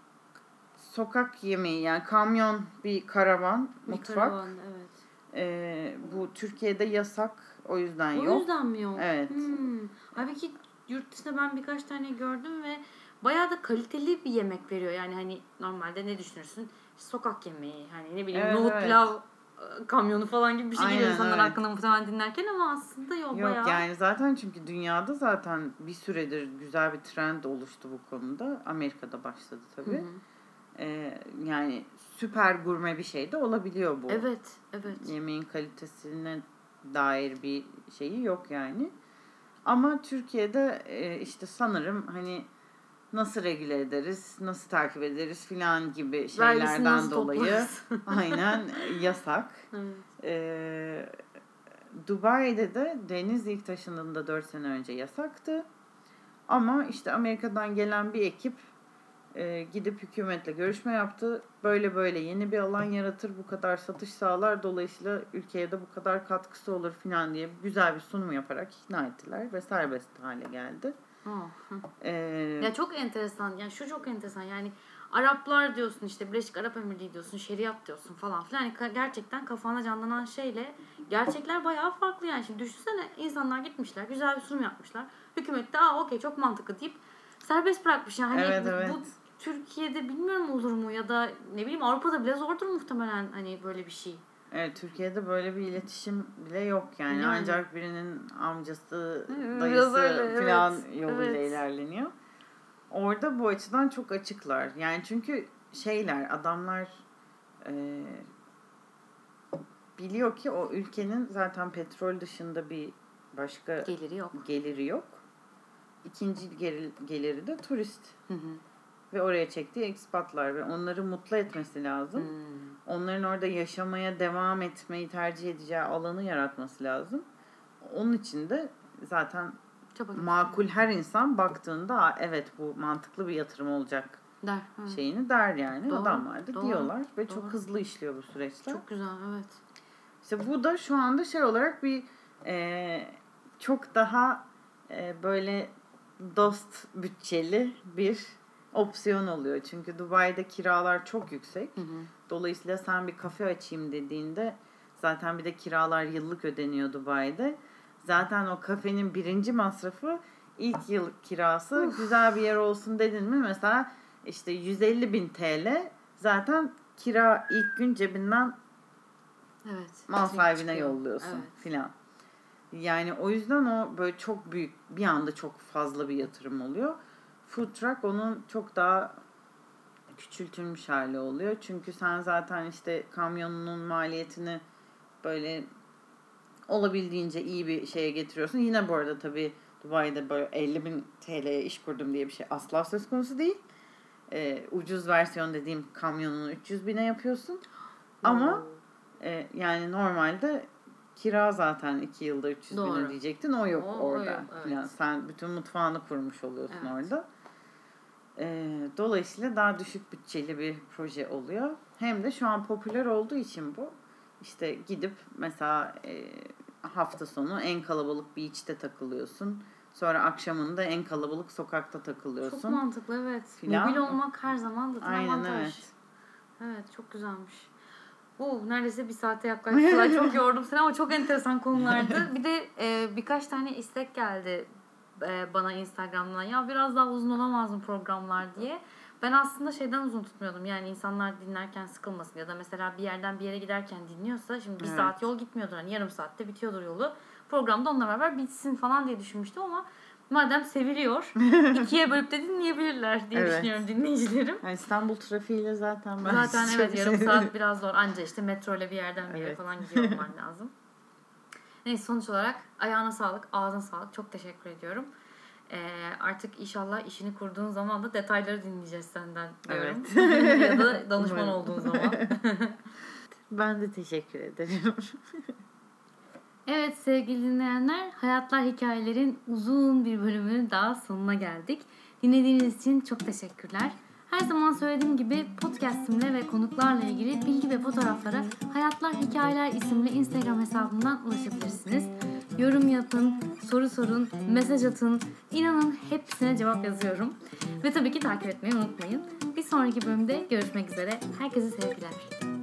S2: sokak yemeği yani kamyon bir karavan,
S1: Bir
S2: mutfak.
S1: karavan, evet.
S2: E, bu Türkiye'de yasak o yüzden
S1: o
S2: yok.
S1: O yüzden mi yok?
S2: Evet.
S1: Hmm. Halbuki yurt dışında ben birkaç tane gördüm ve bayağı da kaliteli bir yemek veriyor. Yani hani normalde ne düşünürsün? Sokak yemeği. Hani ne bileyim
S2: Evet,
S1: nohut
S2: evet.
S1: pilav kamyonu falan gibi bir şey geliyor
S2: Aynen,
S1: insanların
S2: evet.
S1: aklına muhtemelen dinlerken ama aslında yok,
S2: Yok
S1: bayağı.
S2: yani zaten çünkü dünyada zaten bir süredir güzel bir trend oluştu bu konuda. Amerika'da başladı tabii.
S1: Hı hı.
S2: Ee, yani süper gurme bir şey de olabiliyor bu.
S1: Evet, evet.
S2: Yemeğin kalitesine dair bir şeyi yok yani. Ama Türkiye'de e, işte sanırım hani nasıl regüle ederiz, nasıl takip ederiz filan gibi şeylerden dolayı aynen yasak.
S1: Evet.
S2: Ee, Dubai'de de Deniz ilk taşındığında dört sene önce yasaktı. Ama işte Amerika'dan gelen bir ekip e, gidip hükümetle görüşme yaptı. Böyle böyle yeni bir alan yaratır, bu kadar satış sağlar, dolayısıyla ülkeye de bu kadar katkısı olur filan diye güzel bir sunum yaparak ikna ettiler ve serbest hale geldi.
S1: Oh.
S2: Ee,
S1: ya çok enteresan. Yani şu çok enteresan. Yani Araplar diyorsun, işte Birleşik Arap Emirliği diyorsun, şeriat diyorsun falan filan. Yani gerçekten kafana canlanan şeyle gerçekler bayağı farklı yani. Şimdi düşünsene, insanlar gitmişler, güzel bir sunum yapmışlar. Hükümet de aa okey çok mantıklı deyip serbest bırakmış. Yani
S2: evet,
S1: bu,
S2: evet.
S1: bu Türkiye'de bilmiyorum olur mu ya da ne bileyim Avrupa'da bile zordur muhtemelen hani böyle bir şey.
S2: Evet, Türkiye'de böyle bir iletişim bile yok yani, yani. Ancak birinin amcası, dayısı
S1: öyle,
S2: falan
S1: evet,
S2: yoluyla
S1: evet.
S2: ilerleniyor. orada bu açıdan çok açıklar. Yani çünkü şeyler, adamlar e, biliyor ki o ülkenin zaten petrol dışında bir başka
S1: geliri yok.
S2: Geliri yok. İkinci geliri, geliri de turist.
S1: Hı hı.
S2: Ve oraya çektiği ekspatlar ve onları mutlu etmesi lazım.
S1: Hmm.
S2: Onların orada yaşamaya devam etmeyi tercih edeceği alanı yaratması lazım. Onun için de zaten
S1: Çok
S2: makul her insan baktığında evet bu mantıklı bir yatırım olacak
S1: der. Hı.
S2: şeyini der yani.
S1: Doğru,
S2: Adamlar da
S1: doğru,
S2: diyorlar ve
S1: doğru.
S2: çok hızlı işliyor bu süreçler.
S1: Çok güzel, evet.
S2: İşte bu da şu anda şey olarak bir e, çok daha e, böyle dost bütçeli bir opsiyon oluyor. Çünkü Dubai'de kiralar çok yüksek.
S1: Hı hı.
S2: Dolayısıyla sen bir kafe açayım dediğinde zaten bir de kiralar yıllık ödeniyor Dubai'de. Zaten o kafenin birinci masrafı ilk yıl kirası. Uf. Güzel bir yer olsun dedin mi mesela işte yüz elli bin T L zaten kira ilk gün cebinden
S1: evet,
S2: mal sahibine
S1: çıkıyor.
S2: yolluyorsun
S1: Evet.
S2: filan. Yani o yüzden o böyle çok büyük bir anda çok fazla bir yatırım oluyor. Food truck onun çok daha küçültülmüş hali oluyor. Çünkü sen zaten işte kamyonunun maliyetini böyle olabildiğince iyi bir şeye getiriyorsun. Yine bu arada tabii Dubai'de böyle elli bin T L'ye iş kurdum diye bir şey asla söz konusu değil. Ee, ucuz versiyon dediğim kamyonunu üç yüz bine yapıyorsun. Ama e, yani normalde kira zaten iki yılda üç yüz bin ödeyecektin. O yok o, orada. O yok, evet. Yani sen bütün mutfağını kurmuş oluyorsun evet. orada. E, dolayısıyla daha düşük bütçeli bir proje oluyor. Hem de şu an popüler olduğu için bu. İşte gidip mesela e, hafta sonu en kalabalık beach'te takılıyorsun. Sonra akşamında en kalabalık sokakta takılıyorsun.
S1: Çok mantıklı evet. Falan. Mobil olmak her zaman zaten
S2: aynen,
S1: avantaj.
S2: Evet.
S1: evet çok güzelmiş. Bu neredeyse bir saate yaklaştılar. Çok yordum seni ama çok enteresan konulardı. Bir de e, birkaç tane istek geldi e, bana Instagram'dan. Ya biraz daha uzun olamaz mı programlar diye. Ben aslında şeyden uzun tutmuyordum. Yani insanlar dinlerken sıkılmasın. Ya da mesela bir yerden bir yere giderken dinliyorsa şimdi bir evet. saat yol gitmiyordur. Hani yarım saatte bitiyordur yolu. Programda onunla beraber bitsin falan diye düşünmüştüm ama madem seviliyor ikiye bölüp de dinleyebilirler diye evet. düşünüyorum dinleyicilerim.
S2: Yani İstanbul trafiğiyle zaten ben
S1: Zaten evet yarım saat biraz zor. Anca işte metro ile bir yerden bir yere evet. falan gidiyor olman lazım. Neyse sonuç olarak ayağına sağlık, ağzına sağlık. Çok teşekkür ediyorum. Ee, artık inşallah işini kurduğun zaman da detayları dinleyeceğiz senden diyorum. Evet. Ya da danışman Umarım. olduğun zaman.
S2: Ben de teşekkür ederim.
S1: Evet sevgili dinleyenler, Hayatlar Hikayelerin uzun bir bölümünün daha sonuna geldik. Dinlediğiniz için çok teşekkürler. Her zaman söylediğim gibi podcastimle ve konuklarla ilgili bilgi ve fotoğraflara Hayatlar Hikayeler isimli Instagram hesabımdan ulaşabilirsiniz. Yorum yapın, soru sorun, mesaj atın. İnanın hepsine cevap yazıyorum. Ve tabii ki takip etmeyi unutmayın. Bir sonraki bölümde görüşmek üzere. Herkese sevgiler.